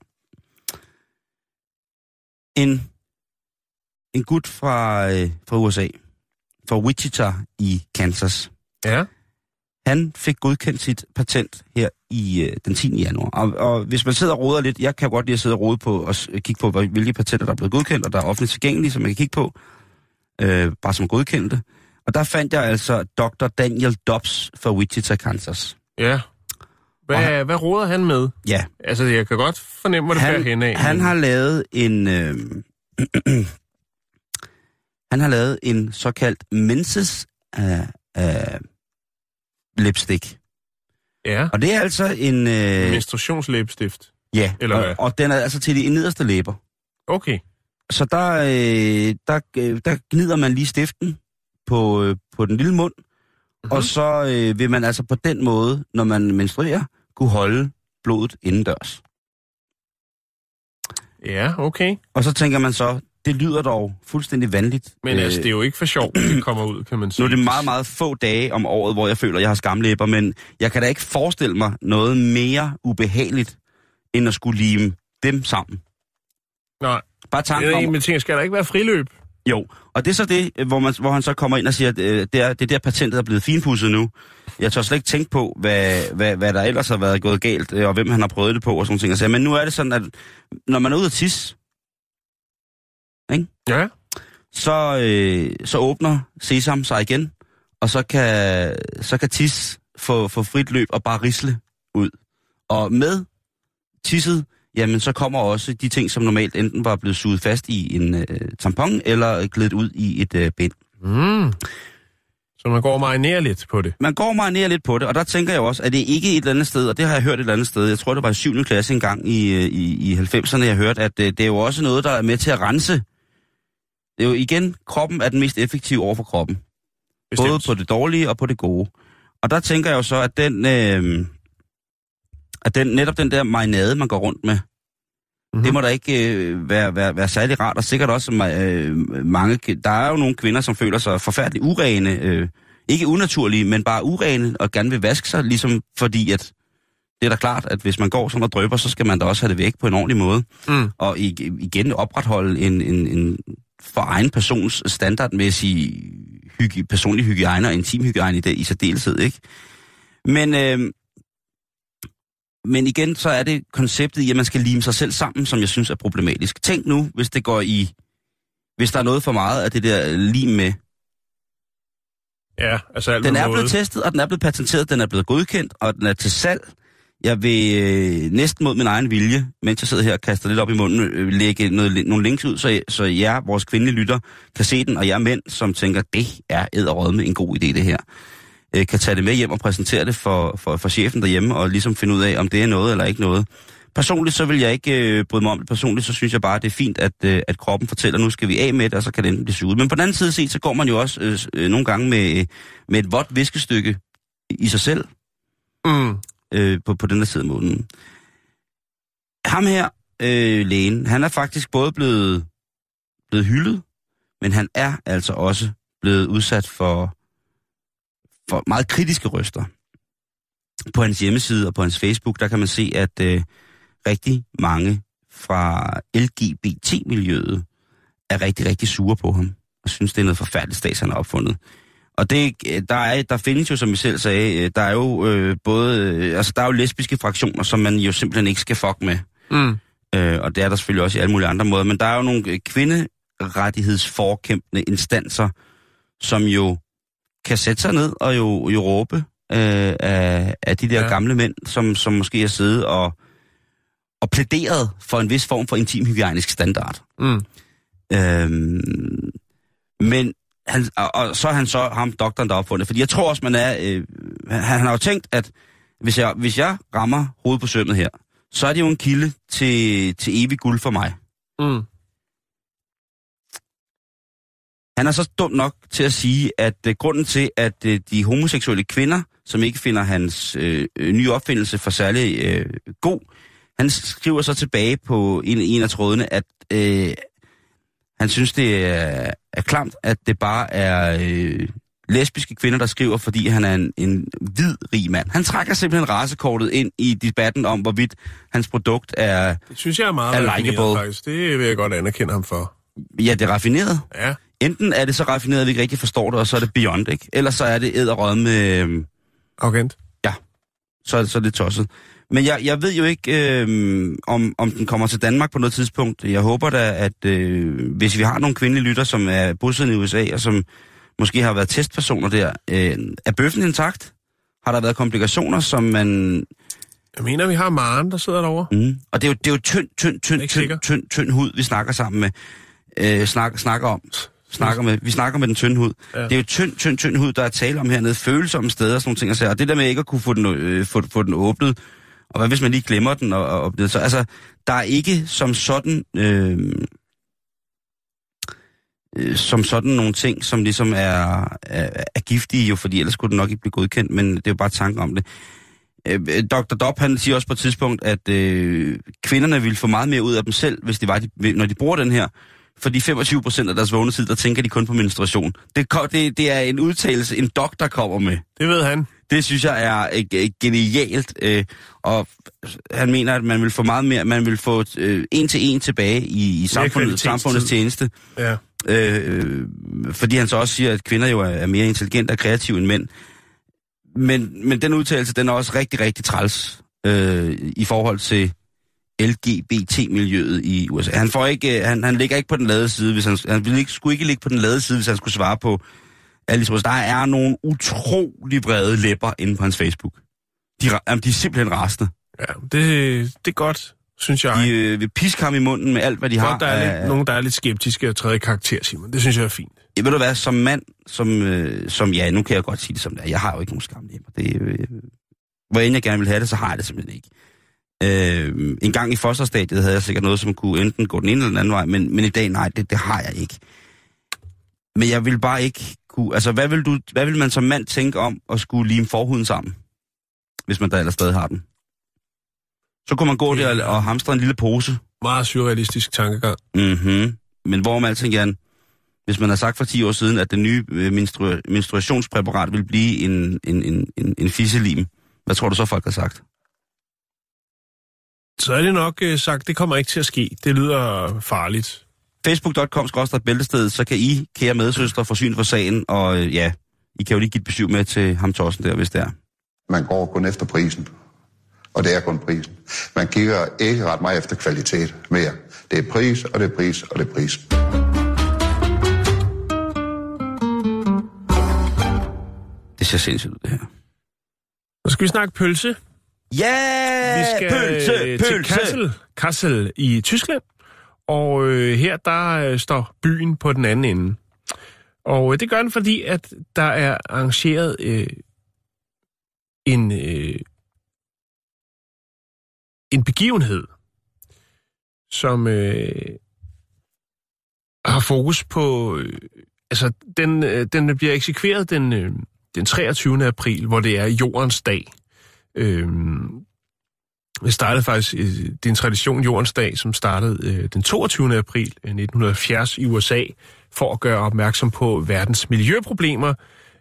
En gut fra USA, fra Wichita i Kansas. Ja. Han fik godkendt sit patent her i den 10. januar. Og hvis man sidder og roder lidt, jeg kan godt lide at sidde og rode på og kigge på, hvilke patenter, der er blevet godkendt, og der er offentligt tilgængelige, som man kan kigge på, bare som godkendte. Og der fandt jeg altså Dr. Daniel Dobbs fra Wichita, Kansas. Ja. Hvad råder han med? Ja. Altså, jeg kan godt fornemme, hvor det bærer hen af. Han har lavet en... han har lavet en såkaldt menses lipstick. Ja. Og det er altså en... menstruationslæbestift. Ja, eller og den er altså til de nederste læber. Okay. Så der gnider man lige stiften på den lille mund, og så vil man altså på den måde, når man menstruerer, kunne holde blodet indendørs. Ja, okay. Og så tænker man så, Det lyder dog fuldstændig vanvittigt. Men altså, det er jo ikke for sjovt, at det kommer ud, kan man sige. Nu er det meget, meget få dage om året, hvor jeg føler, at jeg har skamlæber, men jeg kan da ikke forestille mig noget mere ubehageligt, end at skulle lime dem sammen. Nej. Bare tanken om... Men skal der ikke være friløb? Jo, og det er så det, hvor han så kommer ind og siger, at det der patentet er blevet finpudset nu. Jeg tør slet ikke tænke på, hvad der ellers har været gået galt, og hvem han har prøvet det på, og sådan ting. Altså, men nu er det sådan, at når man er ude at tisse, ikke? Ja. Så åbner sesam sig igen, og så kan tis få frit løb og bare risle ud. Og med tisset, jamen så kommer også de ting, som normalt enten var blevet suget fast i en tampon, eller glædet ud i et bind. Så man går og marinerer lidt på det? Man går og marinerer lidt på det, og der tænker jeg også, at det ikke et eller andet sted, og det har jeg hørt et eller andet sted, jeg tror det var i 7. klasse engang i 90'erne, jeg hørte, at det er jo også noget, der er med til at rense. Det er jo igen, kroppen er den mest effektive over for kroppen. Bestemt. Både på det dårlige og på det gode. Og der tænker jeg jo så, at netop den der marinade, man går rundt med, det må da ikke være særlig rart, og sikkert også mange... Der er jo nogle kvinder, som føler sig forfærdeligt urene, ikke unaturlige, men bare urene, og gerne vil vaske sig, ligesom fordi at det er da klart, at hvis man går sådan og drypper, så skal man da også have det væk på en ordentlig måde. Og igen opretholde en for egen persons standardmæssig personlig hygiejne og intim hygiejne i det i særdeleshed, ikke? Men igen, så er det konceptet i, at man skal lime sig selv sammen, som jeg synes er problematisk. Tænk nu, hvis der er noget for meget af det der lim med. Ja, altså alt den er blevet testet, og den er blevet patenteret, den er blevet godkendt, og den er til salg. Jeg vil næsten mod min egen vilje, mens jeg sidder her og kaster lidt op i munden, lægge nogle links ud, så jer, vores kvindelige lytter, kan se den, og jer mænd, som tænker, det er edderrødme en god idé, det her, kan tage det med hjem og præsentere det for chefen derhjemme, og ligesom finde ud af, om det er noget eller ikke noget. Personligt så vil jeg ikke bryde mig om det. Personligt så synes jeg bare, at det er fint, at kroppen fortæller, nu skal vi af med det, og så kan det enten blive suget. Men på den anden side set, så går man jo også nogle gange med et vådt viskestykke i sig selv. På den der side af månen. Ham her, lægen, han er faktisk både blevet hyldet, men han er altså også blevet udsat for meget kritiske røster. På hans hjemmeside og på hans Facebook, der kan man se, at rigtig mange fra LGBT-miljøet er rigtig, rigtig sure på ham, og synes, det er noget forfærdeligt stats, han har opfundet. Og der findes jo, som jeg selv sagde, der er jo der er jo lesbiske fraktioner, som man jo simpelthen ikke skal fuck med. Og det er der selvfølgelig også i alle mulige andre måder, men der er jo nogle kvinderettighedsforkæmpende instanser, som jo kan sætte sig ned og jo råbe af de der gamle mænd, som måske har siddet og plæderet for en vis form for intimhygiejnisk standard. Men så er han så ham, doktoren, der har opfundet. Fordi jeg tror også, man er... han har jo tænkt, at hvis jeg rammer hovedet på sømmet her, så er det jo en kilde til evig guld for mig. Han er så dum nok til at sige, at grunden til, at de homoseksuelle kvinder, som ikke finder hans nye opfindelse for særlig god, han skriver så tilbage på en af trådene, at han synes, det er klamt, at det bare er lesbiske kvinder, der skriver, fordi han er en hvid, rig mand. Han trækker simpelthen racekortet ind i debatten om, hvorvidt hans produkt er det synes jeg er meget raffineret, faktisk. Det vil jeg godt anerkende ham for. Ja, det er raffineret. Ja. Enten er det så raffineret, at vi ikke rigtig forstår det, og så er det beyond, ikke? Ellers så er det edderrødme... Arrogant. Ja, så er det tosset. Men jeg ved jo ikke, om den kommer til Danmark på noget tidspunkt. Jeg håber da, at hvis vi har nogle kvindelige lytter, som er bosiddende i USA, og som måske har været testpersoner der, er bøffen intakt? Har der været komplikationer, som man... Jeg mener, vi har Maren, der sidder derovre. Og det er jo tynd hud, vi snakker sammen med. Vi snakker med den tynde hud. Ja. Det er jo tynd hud, der er tale om hernede. Følsomme steder og sådan nogle ting. Og det der med ikke at kunne få den åbnet, og hvad hvis man lige glemmer den? Så, altså, der er ikke som sådan nogle ting, som ligesom er giftige, jo, fordi ellers kunne den nok ikke blive godkendt, men det er jo bare tanken om det. Dr. Dopp, han siger også på et tidspunkt, at kvinderne ville få meget mere ud af dem selv, når de bruger den her, fordi 25% af deres vågne tid, der tænker de kun på menstruation. Det er en udtalelse, en doktor kommer med. Det ved han. Det synes jeg er genialt, og han mener, at man vil få meget mere, man vil få en til en tilbage i samfundets tjeneste. Ja. Fordi han så også siger, at kvinder jo er mere intelligente og kreative end mænd. Men den udtalelse, den er også rigtig, rigtig træls i forhold til LGBT-miljøet i USA. Han ligger ikke på den lade side, hvis skulle ikke ligge på den lade side, hvis han skulle svare på Alice Rose. Der er nogle utrolig brede læpper inde på hans Facebook. De er simpelthen rasende. Ja, det er godt, synes jeg. De vil piske ham i munden med alt, hvad de har. Der er nogen, der er lidt skeptiske og tredje karakter, Simon. Det synes jeg er fint. Ved du hvad, som mand, som ja, nu kan jeg godt sige det som det er. Jeg har jo ikke nogen skam hjemme. Hvor end jeg gerne vil have det, så har jeg det simpelthen ikke. En gang i fosterstadiet havde jeg sikkert noget, som kunne enten gå den ene eller den anden vej, men i dag, nej, det har jeg ikke. Men jeg vil bare ikke kunne... Altså, hvad vil man som mand tænke om at skulle lime forhuden sammen, hvis man da ellers stadig har den? Så kunne man gå der og hamstre en lille pose. Meget surrealistisk tankegang. Mhm. Men hvor man alting, Jan, hvis man har sagt for 10 år siden, at den nye menstruationspræparat vil blive en fisselim, hvad tror du så, folk har sagt? Så er det nok sagt, det kommer ikke til at ske. Det lyder farligt. Facebook.com/bæltested, så kan I, kære medsøstre, få syn for sagen, og ja, I kan jo lige give et besøg med til ham Thorsten der, hvis det er. Man går kun efter prisen, og det er kun prisen. Man kigger ikke ret meget efter kvalitet mere. Det er pris, og det er pris, og det er pris. Det ser sindssygt ud, det her. Så skal vi snakke pølse. Ja! Vi skal til Kassel i Tyskland. Og her, der står byen på den anden ende. Og det gør den, fordi at der er arrangeret en begivenhed, som har fokus på... altså, den bliver eksekveret den 23. april, hvor det er Jordens dag. Det startede faktisk, det er en tradition, Jordens dag, som startede den 22. april 1970 i USA, for at gøre opmærksom på verdens miljøproblemer.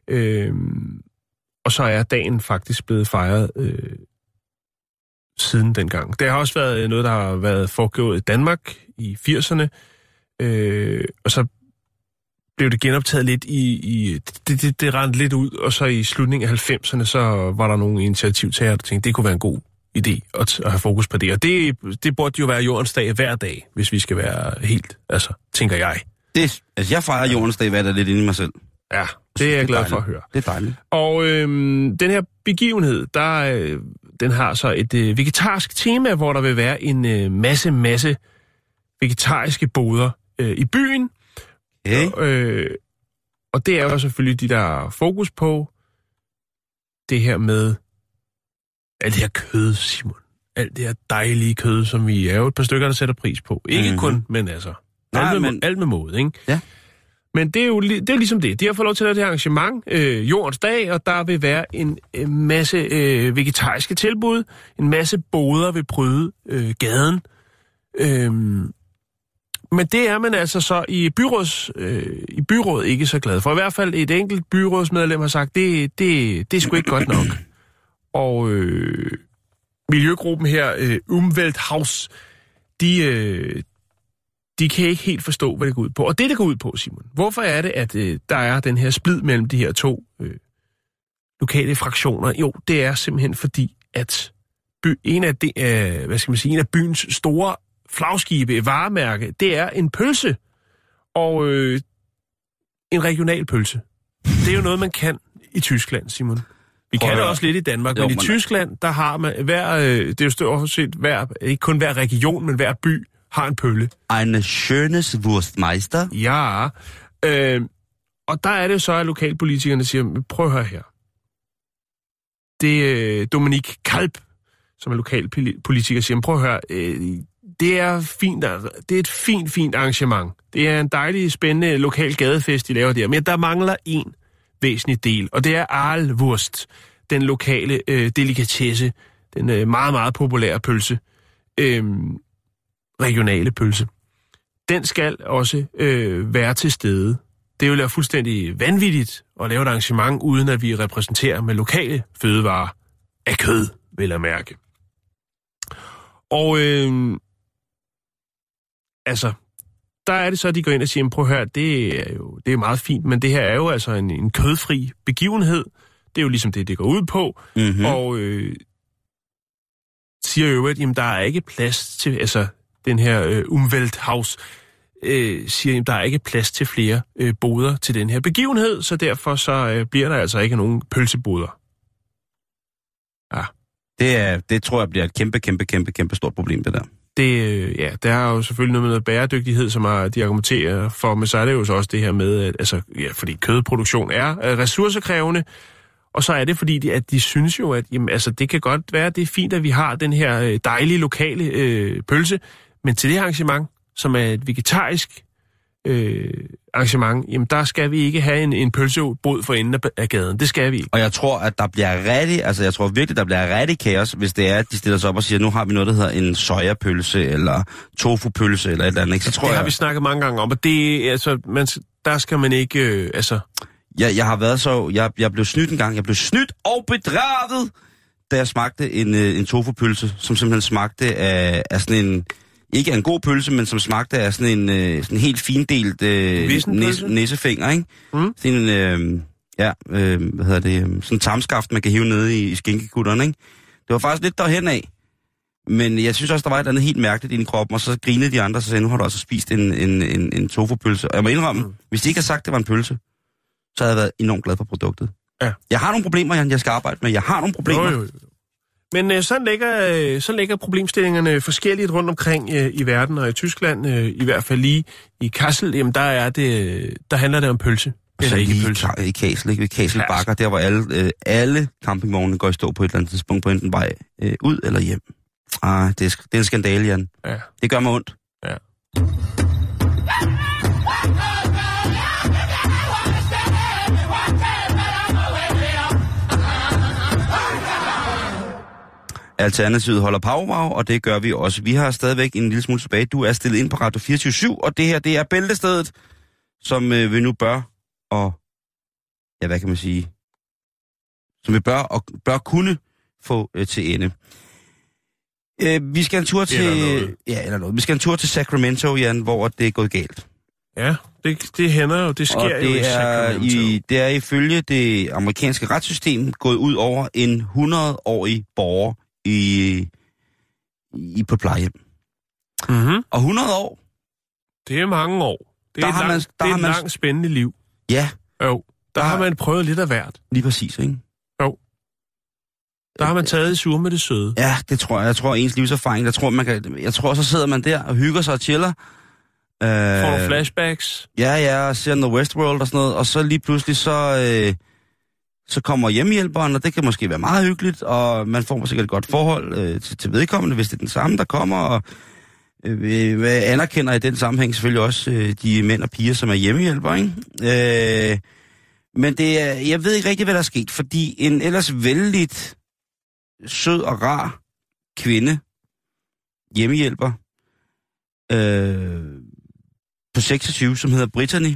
Og så er dagen faktisk blevet fejret siden dengang. Det har også været noget, der har været foregået i Danmark i 80'erne, og så blev det genoptaget lidt det rendte lidt ud, og så i slutningen af 90'erne, så var der nogle initiativtagere, der tænkte, det kunne være en god idé at have fokus på det. Og det burde jo være Jordens dag hver dag, hvis vi skal være helt, tænker jeg. Jeg fejrer Jordens dag hver dag lidt inde i mig selv. Ja, det er jeg glad for at høre. Det er dejligt. Og den her begivenhed, den har så et vegetarisk tema, hvor der vil være en masse vegetariske boder i byen. Okay. Og det er jo selvfølgelig de, der er fokus på det her med alt det her kød, Simon. Alt det her dejlige kød, som vi er jo et par stykker, der sætter pris på. Ikke kun, men alt med måde, ikke? Ja. Men det er jo ligesom det. De har fået lov til at lave det her arrangement, Jordens dag, og der vil være en masse vegetariske tilbud, en masse boder vil pryde gaden. Men det er man altså så i byrådet ikke så glad for. I hvert fald et enkelt byrådsmedlem har sagt, det er sgu ikke godt nok. Og miljøgruppen her, Umwelthaus, de kan ikke helt forstå, hvad det går ud på. Og det går ud på, Simon, hvorfor er det, at der er den her splid mellem de her to lokale fraktioner? Jo, det er simpelthen fordi, at en af byens store flagskibe, varemærke, det er en pølse. Og en regional pølse. Det er jo noget, man kan i Tyskland, Simon. Vi kan det også lidt i Danmark, men i Tyskland, der har man det er jo stort set ikke kun hver region, men hver by har en pølle. Eine schönes Wurstmeister. Ja, og der er det jo så, at lokalpolitikerne siger, prøv at høre her. Det er Dominik Kalb, som er lokalpolitiker, siger, prøv at høre, det er fint, det er et fint arrangement. Det er en dejlig, spændende lokal gadefest, de laver der, men der mangler en væsentlig del, og det er Aalwurst, den lokale delikatesse, den meget, meget populære pølse, regionale pølse. den skal også være til stede. Det er jo fuldstændig vanvittigt at lave et arrangement, uden at vi repræsenterer med lokale fødevarer af kød, vil jeg mærke. Og der er det så, at de går ind og siger, prøv at høre, det er meget fint, men det her er jo altså en kødfri begivenhed. Det er jo ligesom det går ud på. Mm-hmm. Og siger jo, at der er ikke plads til, den her Umwelthaus siger, at der er ikke plads til flere boder til den her begivenhed, så derfor så bliver der altså ikke nogen pølseboder. Ja. Det tror jeg bliver et kæmpe stort problem, det der. Der er jo selvfølgelig noget med noget bæredygtighed, som de argumenterer for, men så er det jo så også det her med, fordi kødproduktion er ressourcekrævende, og så er det fordi, at de synes jo, at det kan godt være, det er fint, at vi har den her dejlige lokale pølse, men til det arrangement, som er et vegetarisk arrangement, der skal vi ikke have en pølsebod for enden af gaden. Det skal vi ikke. Og jeg tror, at der bliver virkelig, der bliver rigtig kaos, hvis det er, at de stiller sig op og siger, nu har vi noget, der hedder en sojapølse, eller tofupølse, eller et eller andet. Ikke? Så det har vi snakket mange gange om, og det, der skal man ikke, Jeg har været så... Jeg blev snydt en gang. Jeg blev snydt og bedraget, da jeg smagte en tofupølse, som simpelthen smagte af sådan en... Ikke af en god pølse, men som smagte af sådan en helt findelt næsefinger, ikke? Mm. Sådan en, sådan en tarmskaft, man kan hive ned i skinkekutteren, ikke? Det var faktisk lidt derhen af. Men jeg synes også, der var et andet helt mærkeligt inde i kroppen, og så grinede de andre, og så sagde, nu har du også spist en tofupølse. Og jeg må indrømme, hvis de ikke havde sagt, det var en pølse, så havde jeg været enormt glad for produktet. Ja. Jeg har nogle problemer, Jan, jeg skal arbejde med. Jeg har nogle problemer. Jo. Men så ligger problemstillingerne forskelligt rundt omkring i verden, og i Tyskland, i hvert fald lige i Kassel, der handler det om pølse. Så ikke pølse. I Kassel, ikke? Ved Kassel Bakker, der hvor alle campingvogne går i stå på et eller andet tidspunkt, på enten vej ud eller hjem. Det er en skandale, Jan. Ja. Det gør mig ondt. Ja. Alternativet holder powwow, og det gør vi også. Vi har stadigvæk en lille smule tilbage. Du er stillet ind på Radio 24/7, og det her, det er bæltestedet, som vi nu bør, og ja, hvad kan man sige, som vi bør kunne få til ende. Vi skal en tur til... Vi skal en tur til Sacramento, Jan, hvor det er gået galt. Ja, det hænder jo, det sker og jo i Sacramento. Det er ifølge det amerikanske retssystem gået ud over en 100-årig borger på plejehjem. Mm-hmm. Og 100 år... Det er mange år. Det er et langt spændende liv. Ja. Jo, der har man prøvet lidt af hvert. Lige præcis, ikke? Jo. Der har man taget i sur med det søde. Ja, det tror jeg. Jeg tror, ens livserfaring, jeg tror, så sidder man der og hygger sig og chiller. Får nogle flashbacks. Ja, og ser noget Westworld og sådan noget, og så lige pludselig så kommer hjemmehjælperen, og det kan måske være meget hyggeligt, og man får sikkert et godt forhold til vedkommende, hvis det er den samme, der kommer, og anerkender i den sammenhæng selvfølgelig også de mænd og piger, som er hjemmehjælpere, ikke? Men jeg ved ikke rigtig, hvad der er sket, fordi en ellers vældigt sød og rar kvinde, hjemmehjælper, på 26, som hedder Brittany.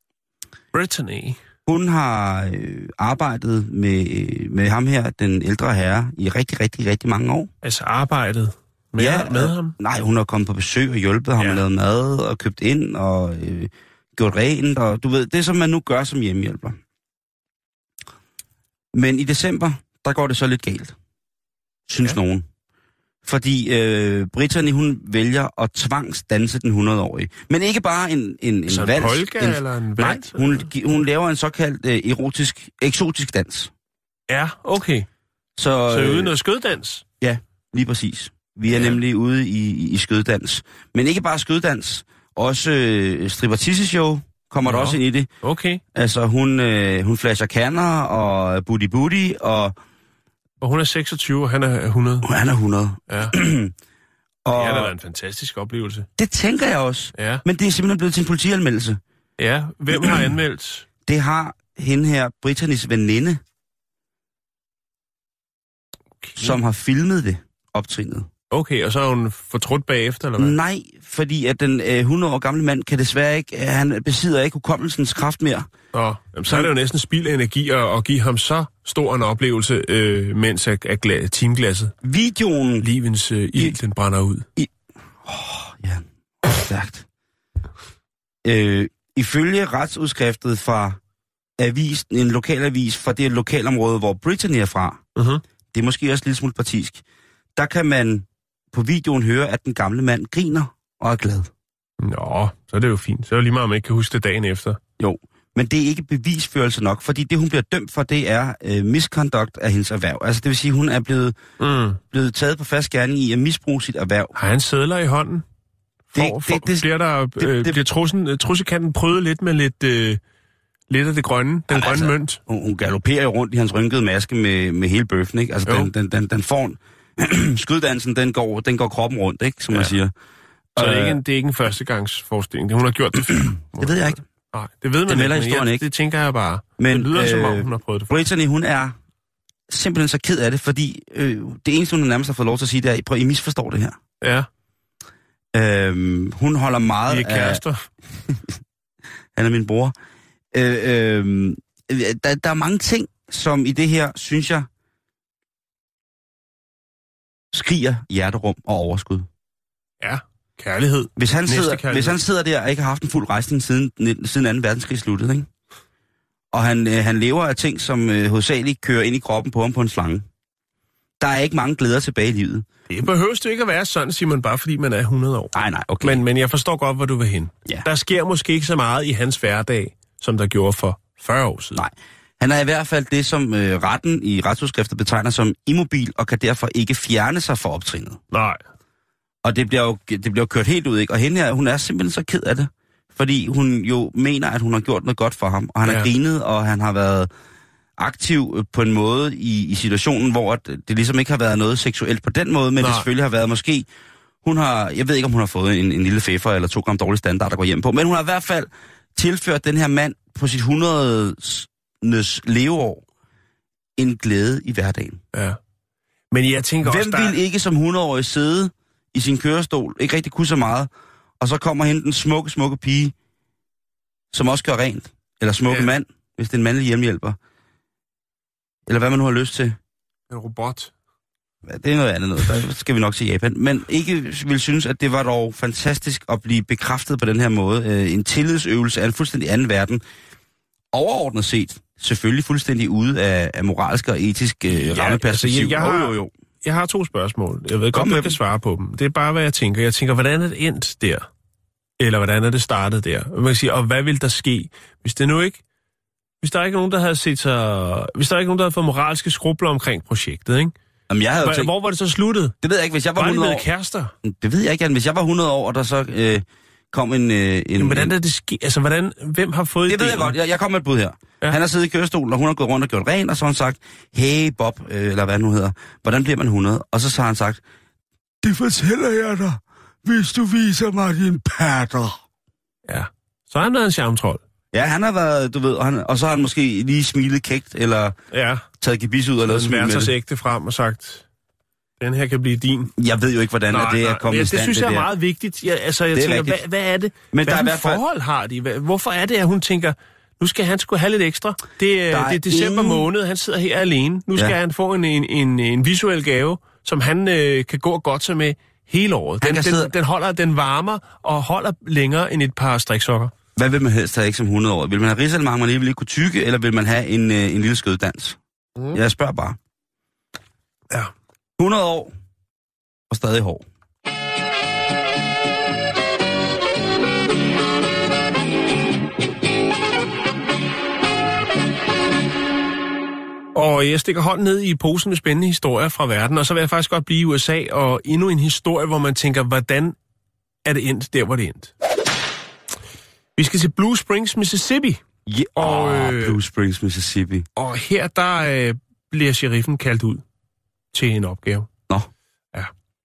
Hun har arbejdet med ham her, den ældre herre, i rigtig mange år. Altså arbejdet med ham? Nej, hun har kommet på besøg og hjulpet ham, lavet mad og købt ind og gjort rent. Og du ved, det som man nu gør som hjemmehjælper. Men i december, der går det så lidt galt. Synes nogen. Fordi Brittany, hun vælger at tvangsdanse den 100-årige. Men ikke bare en så vals. En polka eller en vals? Nej, hun laver en såkaldt eksotisk dans. Ja, okay. Så ude noget skøddans? Ja, lige præcis. Vi er nemlig ude i skøddans. Men ikke bare skøddans, også striptease-show kommer der også ind i det. Okay. Altså, hun flasher kander og booty og hun er 26, og han er 100. Han er 100. Ja. Og det har da været en fantastisk oplevelse. Det tænker jeg også. Ja. Men det er simpelthen blevet til en politianmeldelse. Ja, hvem har anmeldt? Det har hende her, Brittany's veninde, som har filmet det, optrinet. Okay, og så er hun fortrudt bagefter, eller hvad? Nej, fordi at den 100 år gamle mand kan desværre ikke, han besidder ikke hukommelsens kraft mere. Jamen, så er det jo næsten spild af energi at give ham så stor en oplevelse, mens timeglasset. Videoen... Livens ild, den brænder ud. Ja, stærkt. Ifølge retsudskriftet fra avisen, en lokalavis fra det lokalområde, hvor Brittany er fra, det er måske også lidt smule partisk, der kan man på videoen høre, at den gamle mand griner og er glad. Nå, så er det jo fint. Så er det lige meget, om man ikke kan huske det dagen efter. Jo, men det er ikke bevisførelse nok, fordi det, hun bliver dømt for, det er misconduct af hendes erhverv. Altså, det vil sige, hun er blevet taget på fast gerning i at misbruge sit erhverv. Har han sedler i hånden? Bliver trussekanten prøvet lidt med lidt af det grønne, den grønne mønt? Hun galopperer jo rundt i hans rynkede maske med hele bøffen, ikke? Altså, den får skuddansen, den går kroppen rundt, ikke? Som man siger. Så det er ikke en førstegangsforestilling. Hun har gjort det før. Det ved jeg ikke. Nej, det ved man ikke, men det tænker jeg bare. Men det lyder som om, hun har prøvet det før. Brittany, hun er simpelthen så ked af det, fordi det eneste, hun nærmest har fået lov til at sige, det er, prøv, I misforstår det her. Ja. Hun holder meget af... Vi er kærester. Han er min bror. Der er mange ting, som i det her, synes jeg, skriger hjerterum og overskud. Ja, kærlighed. Hvis han sidder der og ikke har haft en fuld rejsning siden 2. verdenskrig sluttede, ikke? Og han lever af ting, som hovedsageligt kører ind i kroppen på ham på en slange. Der er ikke mange glæder tilbage i livet. Det behøves det ikke at være sådan, Simon, bare fordi man er 100 år. Nej, okay. Men jeg forstår godt, hvor du vil hen. Ja. Der sker måske ikke så meget i hans hverdag, som der gjorde for 40 år siden. Nej. Han er i hvert fald det, som retten i retsudskriftet betegner som immobil, og kan derfor ikke fjerne sig fra optrinet. Nej. Og det bliver jo kørt helt ud, ikke? Og hende her, hun er simpelthen så ked af det. Fordi hun jo mener, at hun har gjort noget godt for ham. Og han har grinet, og han har været aktiv på en måde i situationen, hvor det ligesom ikke har været noget seksuelt på den måde, men det selvfølgelig har været måske... Jeg ved ikke, om hun har fået en lille fæfer eller 2 gram dårlig standard, der går hjem på, men hun har i hvert fald tilført den her mand på sit 100. leveår en glæde i hverdagen. Ja. Men jeg tænker Hvem også, vil ikke som 100-årig sidde i sin kørestol, ikke rigtig kunne så meget, og så kommer hen den smukke pige, som også gør rent, eller smukke mand, hvis det er en mandlig hjemmehjælper, eller hvad man nu har lyst til. En robot. Ja, det er noget andet noget, der skal vi nok til Japan, men ikke vil synes, at det var dog fantastisk at blive bekræftet på den her måde. En tillidsøvelse af en fuldstændig anden verden. Overordnet set, selvfølgelig fuldstændig ude af moralsk og etisk rammeperspektiv. Altså, jeg har 2 spørgsmål. Jeg ved godt, du kan svare på dem. Det er bare, hvad jeg tænker. Jeg tænker, hvordan er det endt der? Eller hvordan er det startet der? Man kan sige, og hvad vil der ske, hvis der ikke er nogen, der havde set sig... Hvis der ikke er nogen, der havde fået moralske skrubler omkring projektet, ikke? Jamen, jeg havde hvor var det så sluttet? Det ved jeg ikke, hvis jeg var 100 år... kærester? Det ved jeg ikke, hvis jeg var 100 år, og der så kom en... Jamen, hvordan er det sket? Altså, hvem har fået det? Det ved jeg godt. Jeg kom med et bud her. Ja. Han har siddet i kørestolen, og hun har gået rundt og gjort rent, og så har han sagt, hey Bob, eller hvad nu hedder, hvordan bliver man 100? Og så har han sagt, det fortæller jeg dig, hvis du viser mig din patter. Ja, så har han været en charmetrold. Ja, han har været, du ved, og så har han måske lige smilet kægt, eller taget gebis ud og lavet smil med det. Så ægte frem og sagt, den her kan blive din. Jeg ved jo ikke, hvordan det er kommet i stand. Det synes jeg er meget vigtigt. Jeg tænker, hvad er det? Men hvad forhold har de? Hvorfor er det, at hun tænker, nu skal han sgu have lidt ekstra? Det er december måned, han sidder her alene. Nu skal han få en visuel gave, som han kan gå godt sig med hele året. Den varmer og holder længere end et par striksokker. Hvad vil man helst have, ikke som 100 år? Vil man have ridsalmang, man lige vil kunne tykke, eller vil man have en lille skøddans? Jeg spørger bare. Ja. 100 år og stadig hår. Og jeg stikker hånden ned i posen med spændende historier fra verden, og så vil jeg faktisk godt blive i USA, og endnu en historie, hvor man tænker, hvordan er det endt der, hvor det endt? Vi skal til Blue Springs, Mississippi. Blue Springs, Mississippi. Og her, der bliver sheriffen kaldt ud til en opgave. Nå. Ja.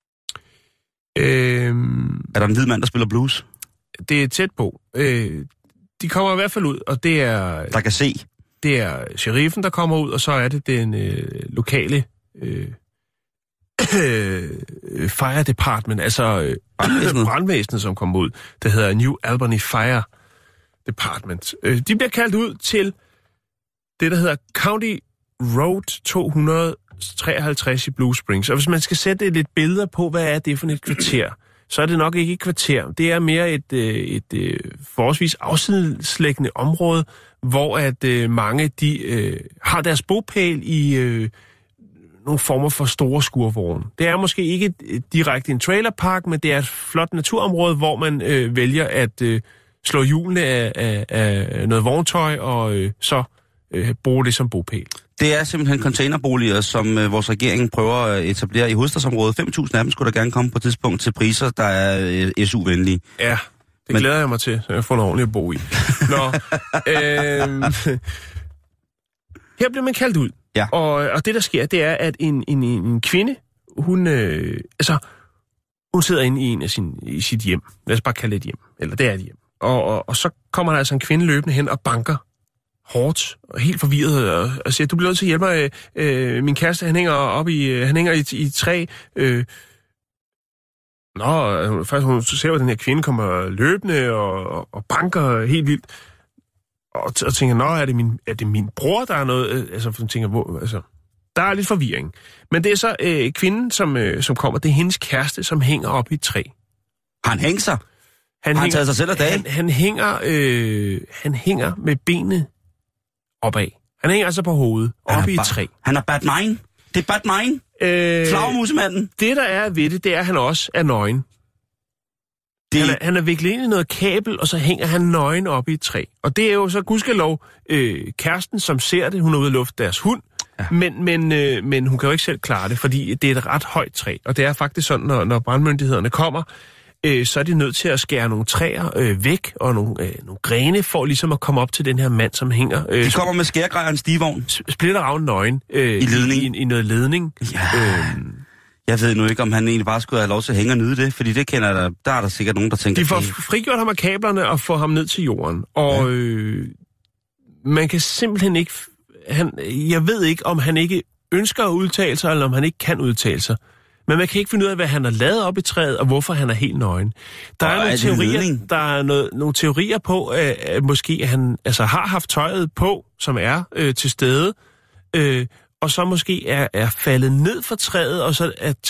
Er der en hvid mand, der spiller blues? Det er tæt på. De kommer i hvert fald ud, og det er... Der kan se. Det er sheriffen, der kommer ud, og så er det den lokale Fire Department, altså brandvæsenet, som kom ud. Det hedder New Albany Fire Department. De bliver kaldt ud til det, der hedder County Road 253 i Blue Springs. Og hvis man skal sætte lidt billeder på, hvad er det for et kvarter, så er det nok ikke et kvarter. Det er mere et forholdsvis afsidesliggende område, hvor at mange de har deres bopæl i nogle former for store skurvogne. Det er måske ikke direkte en trailerpark, men det er et flot naturområde, hvor man vælger at slå hjulene af noget vogntøj og så bruge det som bopæl. Det er simpelthen containerboliger, som vores regering prøver at etablere i hovedstadsområdet. 5.000 af dem skulle der gerne komme på et tidspunkt til priser, der er SU-venlige. Ja, det glæder jeg mig til, så jeg får noget ordentligt at bo i. Nå, her bliver man kaldt ud. Ja. Og det, der sker, det er, at en kvinde, hun sidder inde i sit hjem. Lad os bare kalde det et hjem. Eller det er et hjem. Og så kommer der altså en kvinde løbende hen og banker hårdt og helt forvirret og siger, du bliver nødt til at hjælpe mig. Min kæreste, han hænger i et træ. Først hun ser, at den her kvinde kommer løbende og banker helt vildt. Og tænker, er det min bror, der er noget? Hun tænker, der er lidt forvirring. Men det er så kvinden, som kommer. Det er hendes kæreste, som hænger op i et træ. Han hænger sig? Han taget sig selv af dag? Han hænger med benene opad. Han hænger altså på hovedet, oppe i et træ. Han er Batman. Det er Batman. Flagmusemanden. Det, der er ved det er, at han også er nøgen. Han er viklet ind i noget kabel, og så hænger han nøgen op i et træ. Og det er jo så gudskelov kæresten, som ser det. Hun er ude at lufte deres hund. Ja. Men hun kan jo ikke selv klare det, fordi det er et ret højt træ. Og det er faktisk sådan, når brandmyndighederne kommer, så er de nødt til at skære nogle træer væk, og nogle grene, for ligesom at komme op til den her mand, som hænger... de kommer med skærgrejer og en stivogn. Splitter ravn nøgen. I noget ledning. Ja. Jeg ved nu ikke, om han egentlig bare skulle have lov til at hænge og nyde det, fordi det kender jeg, der er der sikkert nogen, der tænker... De får frigjort ham af kablerne og får ham ned til jorden. Og man kan simpelthen ikke... Jeg ved ikke, om han ikke ønsker at udtale sig, eller om han ikke kan udtale sig. Men man kan ikke finde ud af, hvad han har lavet op i træet, og hvorfor han er helt nøgen. Der er nogle teorier på, at måske han har haft tøjet på, som er til stede, og så måske er faldet ned fra træet, og så er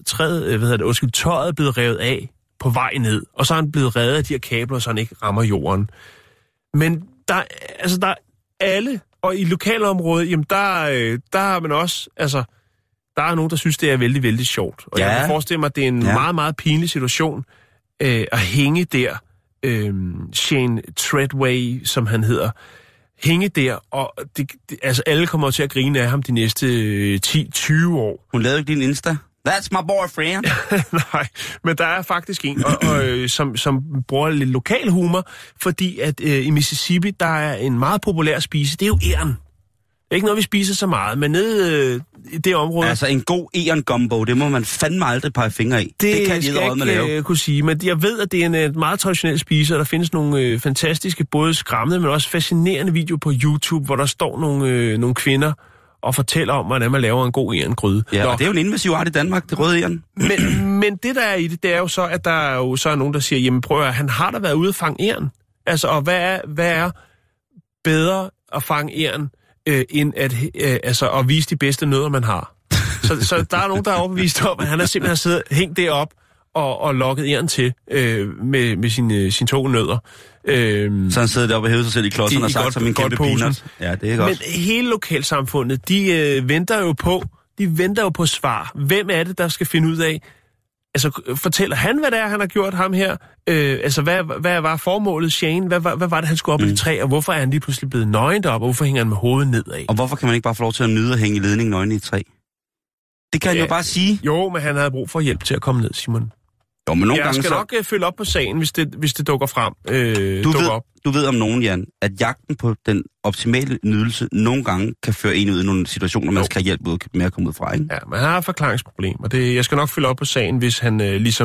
tøjet blevet revet af på vej ned, og så er han blevet reddet af de her kabler, så han ikke rammer jorden. Men der er alle, og i lokalområdet, jamen der har man også, der er nogen, der synes, det er vældig, vældig sjovt. Og jeg kan forestille mig, at det er en meget, meget pinlig situation at hænge der. Shane Treadway, som han hedder, hænge der, og alle kommer til at grine af ham de næste 10-20 år. Hun lavede ikke din Insta? That's my boyfriend. Nej, men der er faktisk en, som bruger lidt lokal humor, fordi at i Mississippi, der er en meget populær spise, det er jo æren. Det er ikke noget, vi spiser så meget, men nede i det område... Altså en god æren-gumbo, det må man fandme aldrig pege fingre i. Det kan jeg ikke kunne sige, men jeg ved, at det er en meget traditionel spise, og der findes nogle fantastiske, både skræmmende, men også fascinerende videoer på YouTube, hvor der står nogle kvinder og fortæller om, hvordan man laver en god æren-gryde. Ja, og det er jo en invasiv art i Danmark, det røde æren. Men det, der er i det, det er jo så, at der er jo så nogen, der siger, jamen prøv at han har da været ude at fange æren. Og hvad er bedre at fange æren, end at vise de bedste nødder, man har. Så der er nogen, der er overbevist om, at han har simpelthen siddet hængt derop og lokket æren til med sine 2 nødder. Så han sidder deroppe og hæver sig selv i klodserne og sagt som en kæmpe peanut. Ja, det er godt. Men hele lokalsamfundet, de venter jo på svar. Hvem er det, der skal finde ud af? Fortæller han, hvad det er, han har gjort ham her? Hvad var formålet, Shane? Hvad var det, han skulle op i det træ? Og hvorfor er han lige pludselig blevet nøgen deroppe? Og hvorfor hænger han med hovedet nedad? Og hvorfor kan man ikke bare få lov til at nyde at hænge i ledningen nøgen i et træ? Det kan han jo bare sige. Jo, men han havde brug for hjælp til at komme ned, Simon. Jo, men nogle jeg gange skal nok følge op på sagen, hvis det dukker frem. Du ved om nogen, Jan, at jagten på den optimale nydelse nogle gange kan føre en ud i nogle situationer, man skal have hjælp med at komme ud fra, ikke? Ja, men han har et forklaringsproblem, og jeg skal nok følge op på sagen, hvis han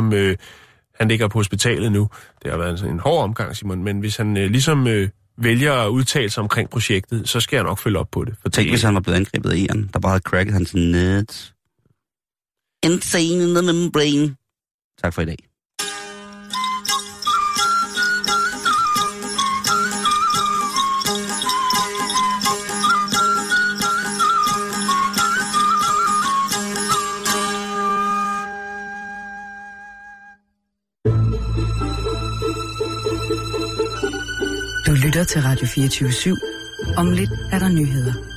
han ligger på hospitalet nu. Det har været en hård omgang, Simon, men hvis han vælger at udtale sig omkring projektet, så skal jeg nok følge op på det. Tænk, hvis han var blevet angrebet af æren, der bare havde cracket hans net. Insane in the membrane. Tak for i dag. Du lytter til Radio 24/7. Om lidt er der nyheder.